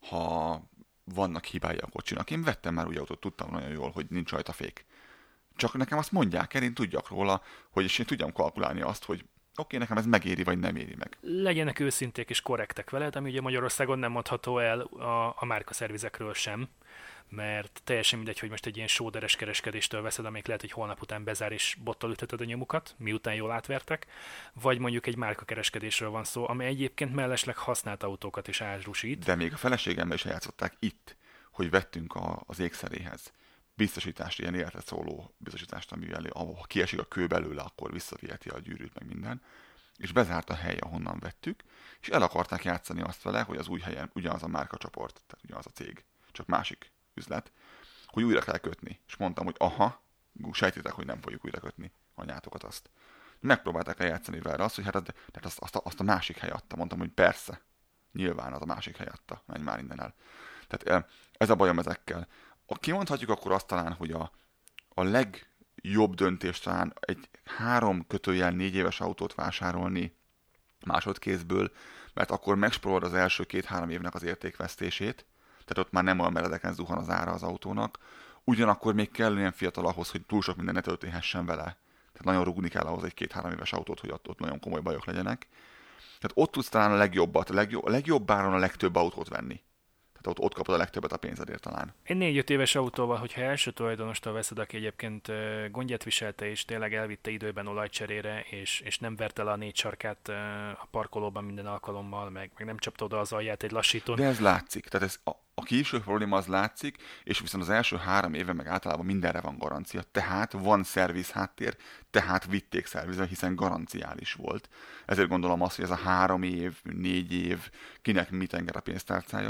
ha vannak hibái a kocsinak. Én vettem már új autót, tudtam nagyon jól, hogy nincs rajta fék. Csak nekem azt mondják el, én tudjak róla, hogy és én tudjam kalkulálni azt, hogy oké, okay, nekem ez megéri, vagy nem éri meg. Legyenek őszinték és korrektek veled, ami ugye Magyarországon nem mondható el a, a márkaszervizekről sem, mert teljesen mindegy, hogy most egy ilyen sóderes kereskedéstől veszed, amelyik lehet, hogy holnap után bezár és bottal ütheted a nyomukat, miután jól átvertek, vagy mondjuk egy márkakereskedésről van szó, ami egyébként mellesleg használt autókat is árusít. De még a feleségemmel is eljátszották itt, hogy vettünk a, az ékszeréhez biztosítást, ilyen életre szóló biztosítást, amivel ha kiesik a kő belőle, akkor visszaviheti a gyűrűt, meg minden. És bezárt a hely, ahonnan vettük, és el akarták játszani azt vele, hogy az új helyen ugyanaz a márkacsoport, tehát ugyanaz a cég, csak másik üzlet, hogy újra kell kötni. És mondtam, hogy aha, sejtitek, hogy nem fogjuk újra kötni anyátokat azt. Megpróbálták eljátszani vele azt, hogy hát tehát azt, azt, a, azt a másik hely adta. Mondtam, hogy persze, nyilván az a másik hely adta, menj már innen el. Tehát ez a bajom ezekkel. Kimondhatjuk akkor azt talán, hogy a, a legjobb döntés talán egy három kötőjel négy éves autót vásárolni másodkézből, mert akkor megspórolod az első két-három évnek az értékvesztését, tehát ott már nem olyan meredeken zuhan az ára az autónak, ugyanakkor még kell ilyen fiatal ahhoz, hogy túl sok minden ne történhessen vele. Tehát nagyon rugni kell ahhoz egy két-három éves autót, hogy ott, ott nagyon komoly bajok legyenek. Tehát ott tudsz talán a legjobbat, a, legjobb, a legjobb áron a legtöbb autót venni. Tehát ott, ott kapod a legtöbbet a pénzedért talán. Egy négy-öt éves autóval, hogyha első tulajdonostól veszed, aki egyébként gondját viselte, és tényleg elvitte időben olajcserére, és, és nem verte le a négy sarkát a parkolóban minden alkalommal, meg, meg nem csapta oda az alját egy lassítón. De ez látszik. Tehát ez a, a késő probléma az látszik, és viszont az első három éve meg általában mindenre van garancia. Tehát van szerviz háttér, tehát vitték szervizre, hiszen garanciális volt. Ezért gondolom azt, hogy ez a három év, négy év, kinek mit enged a pénztárcája,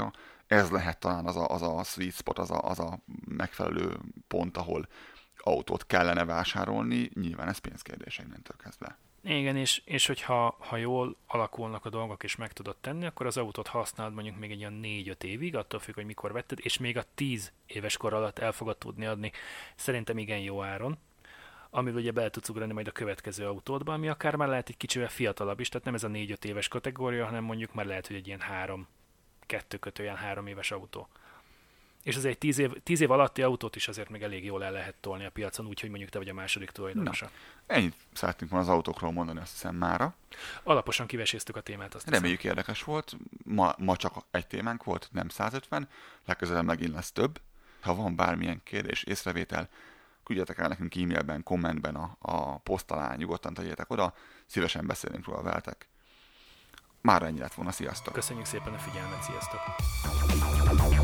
ez lehet talán az a, az a sweet spot, az a, az a megfelelő pont, ahol autót kellene vásárolni, nyilván ez pénzkérdés innentől kezdve. Igen, és, és hogyha ha jól alakulnak a dolgok, és meg tudod tenni, akkor az autót használod mondjuk még egy ilyen négy-öt évig, attól függ, hogy mikor vetted, és még a tíz éves kor alatt el fogod tudni adni szerintem igen jó áron, amivel ugye bele tudsz ugrani majd a következő autódba, ami akár már lehet egy kicsivel fiatalabb is, tehát nem ez a négy-öt éves kategória, hanem mondjuk már lehet, hogy egy ilyen három, kettő kötően három éves autó. És azért egy tíz év, tíz év alatti autót is azért még elég jól el lehet tolni a piacon, úgyhogy mondjuk te vagy a második tulajdonosa. Na, ennyit szeretnénk volna az autókról mondani, azt hiszem mára. Alaposan kiveséztük a témát, azt hiszem. Reméljük érdekes volt. Ma, ma csak egy témánk volt, nem száz ötven, legközelebb megint lesz több. Ha van bármilyen kérdés, észrevétel, küldjetek el nekünk e-mailben, kommentben a, a poszt alá, nyugodtan tegyétek oda, szívesen beszélünk róla veletek. Mára ennyi lett volna, sziasztok! Köszönjük szépen a figyelmet, sziasztok!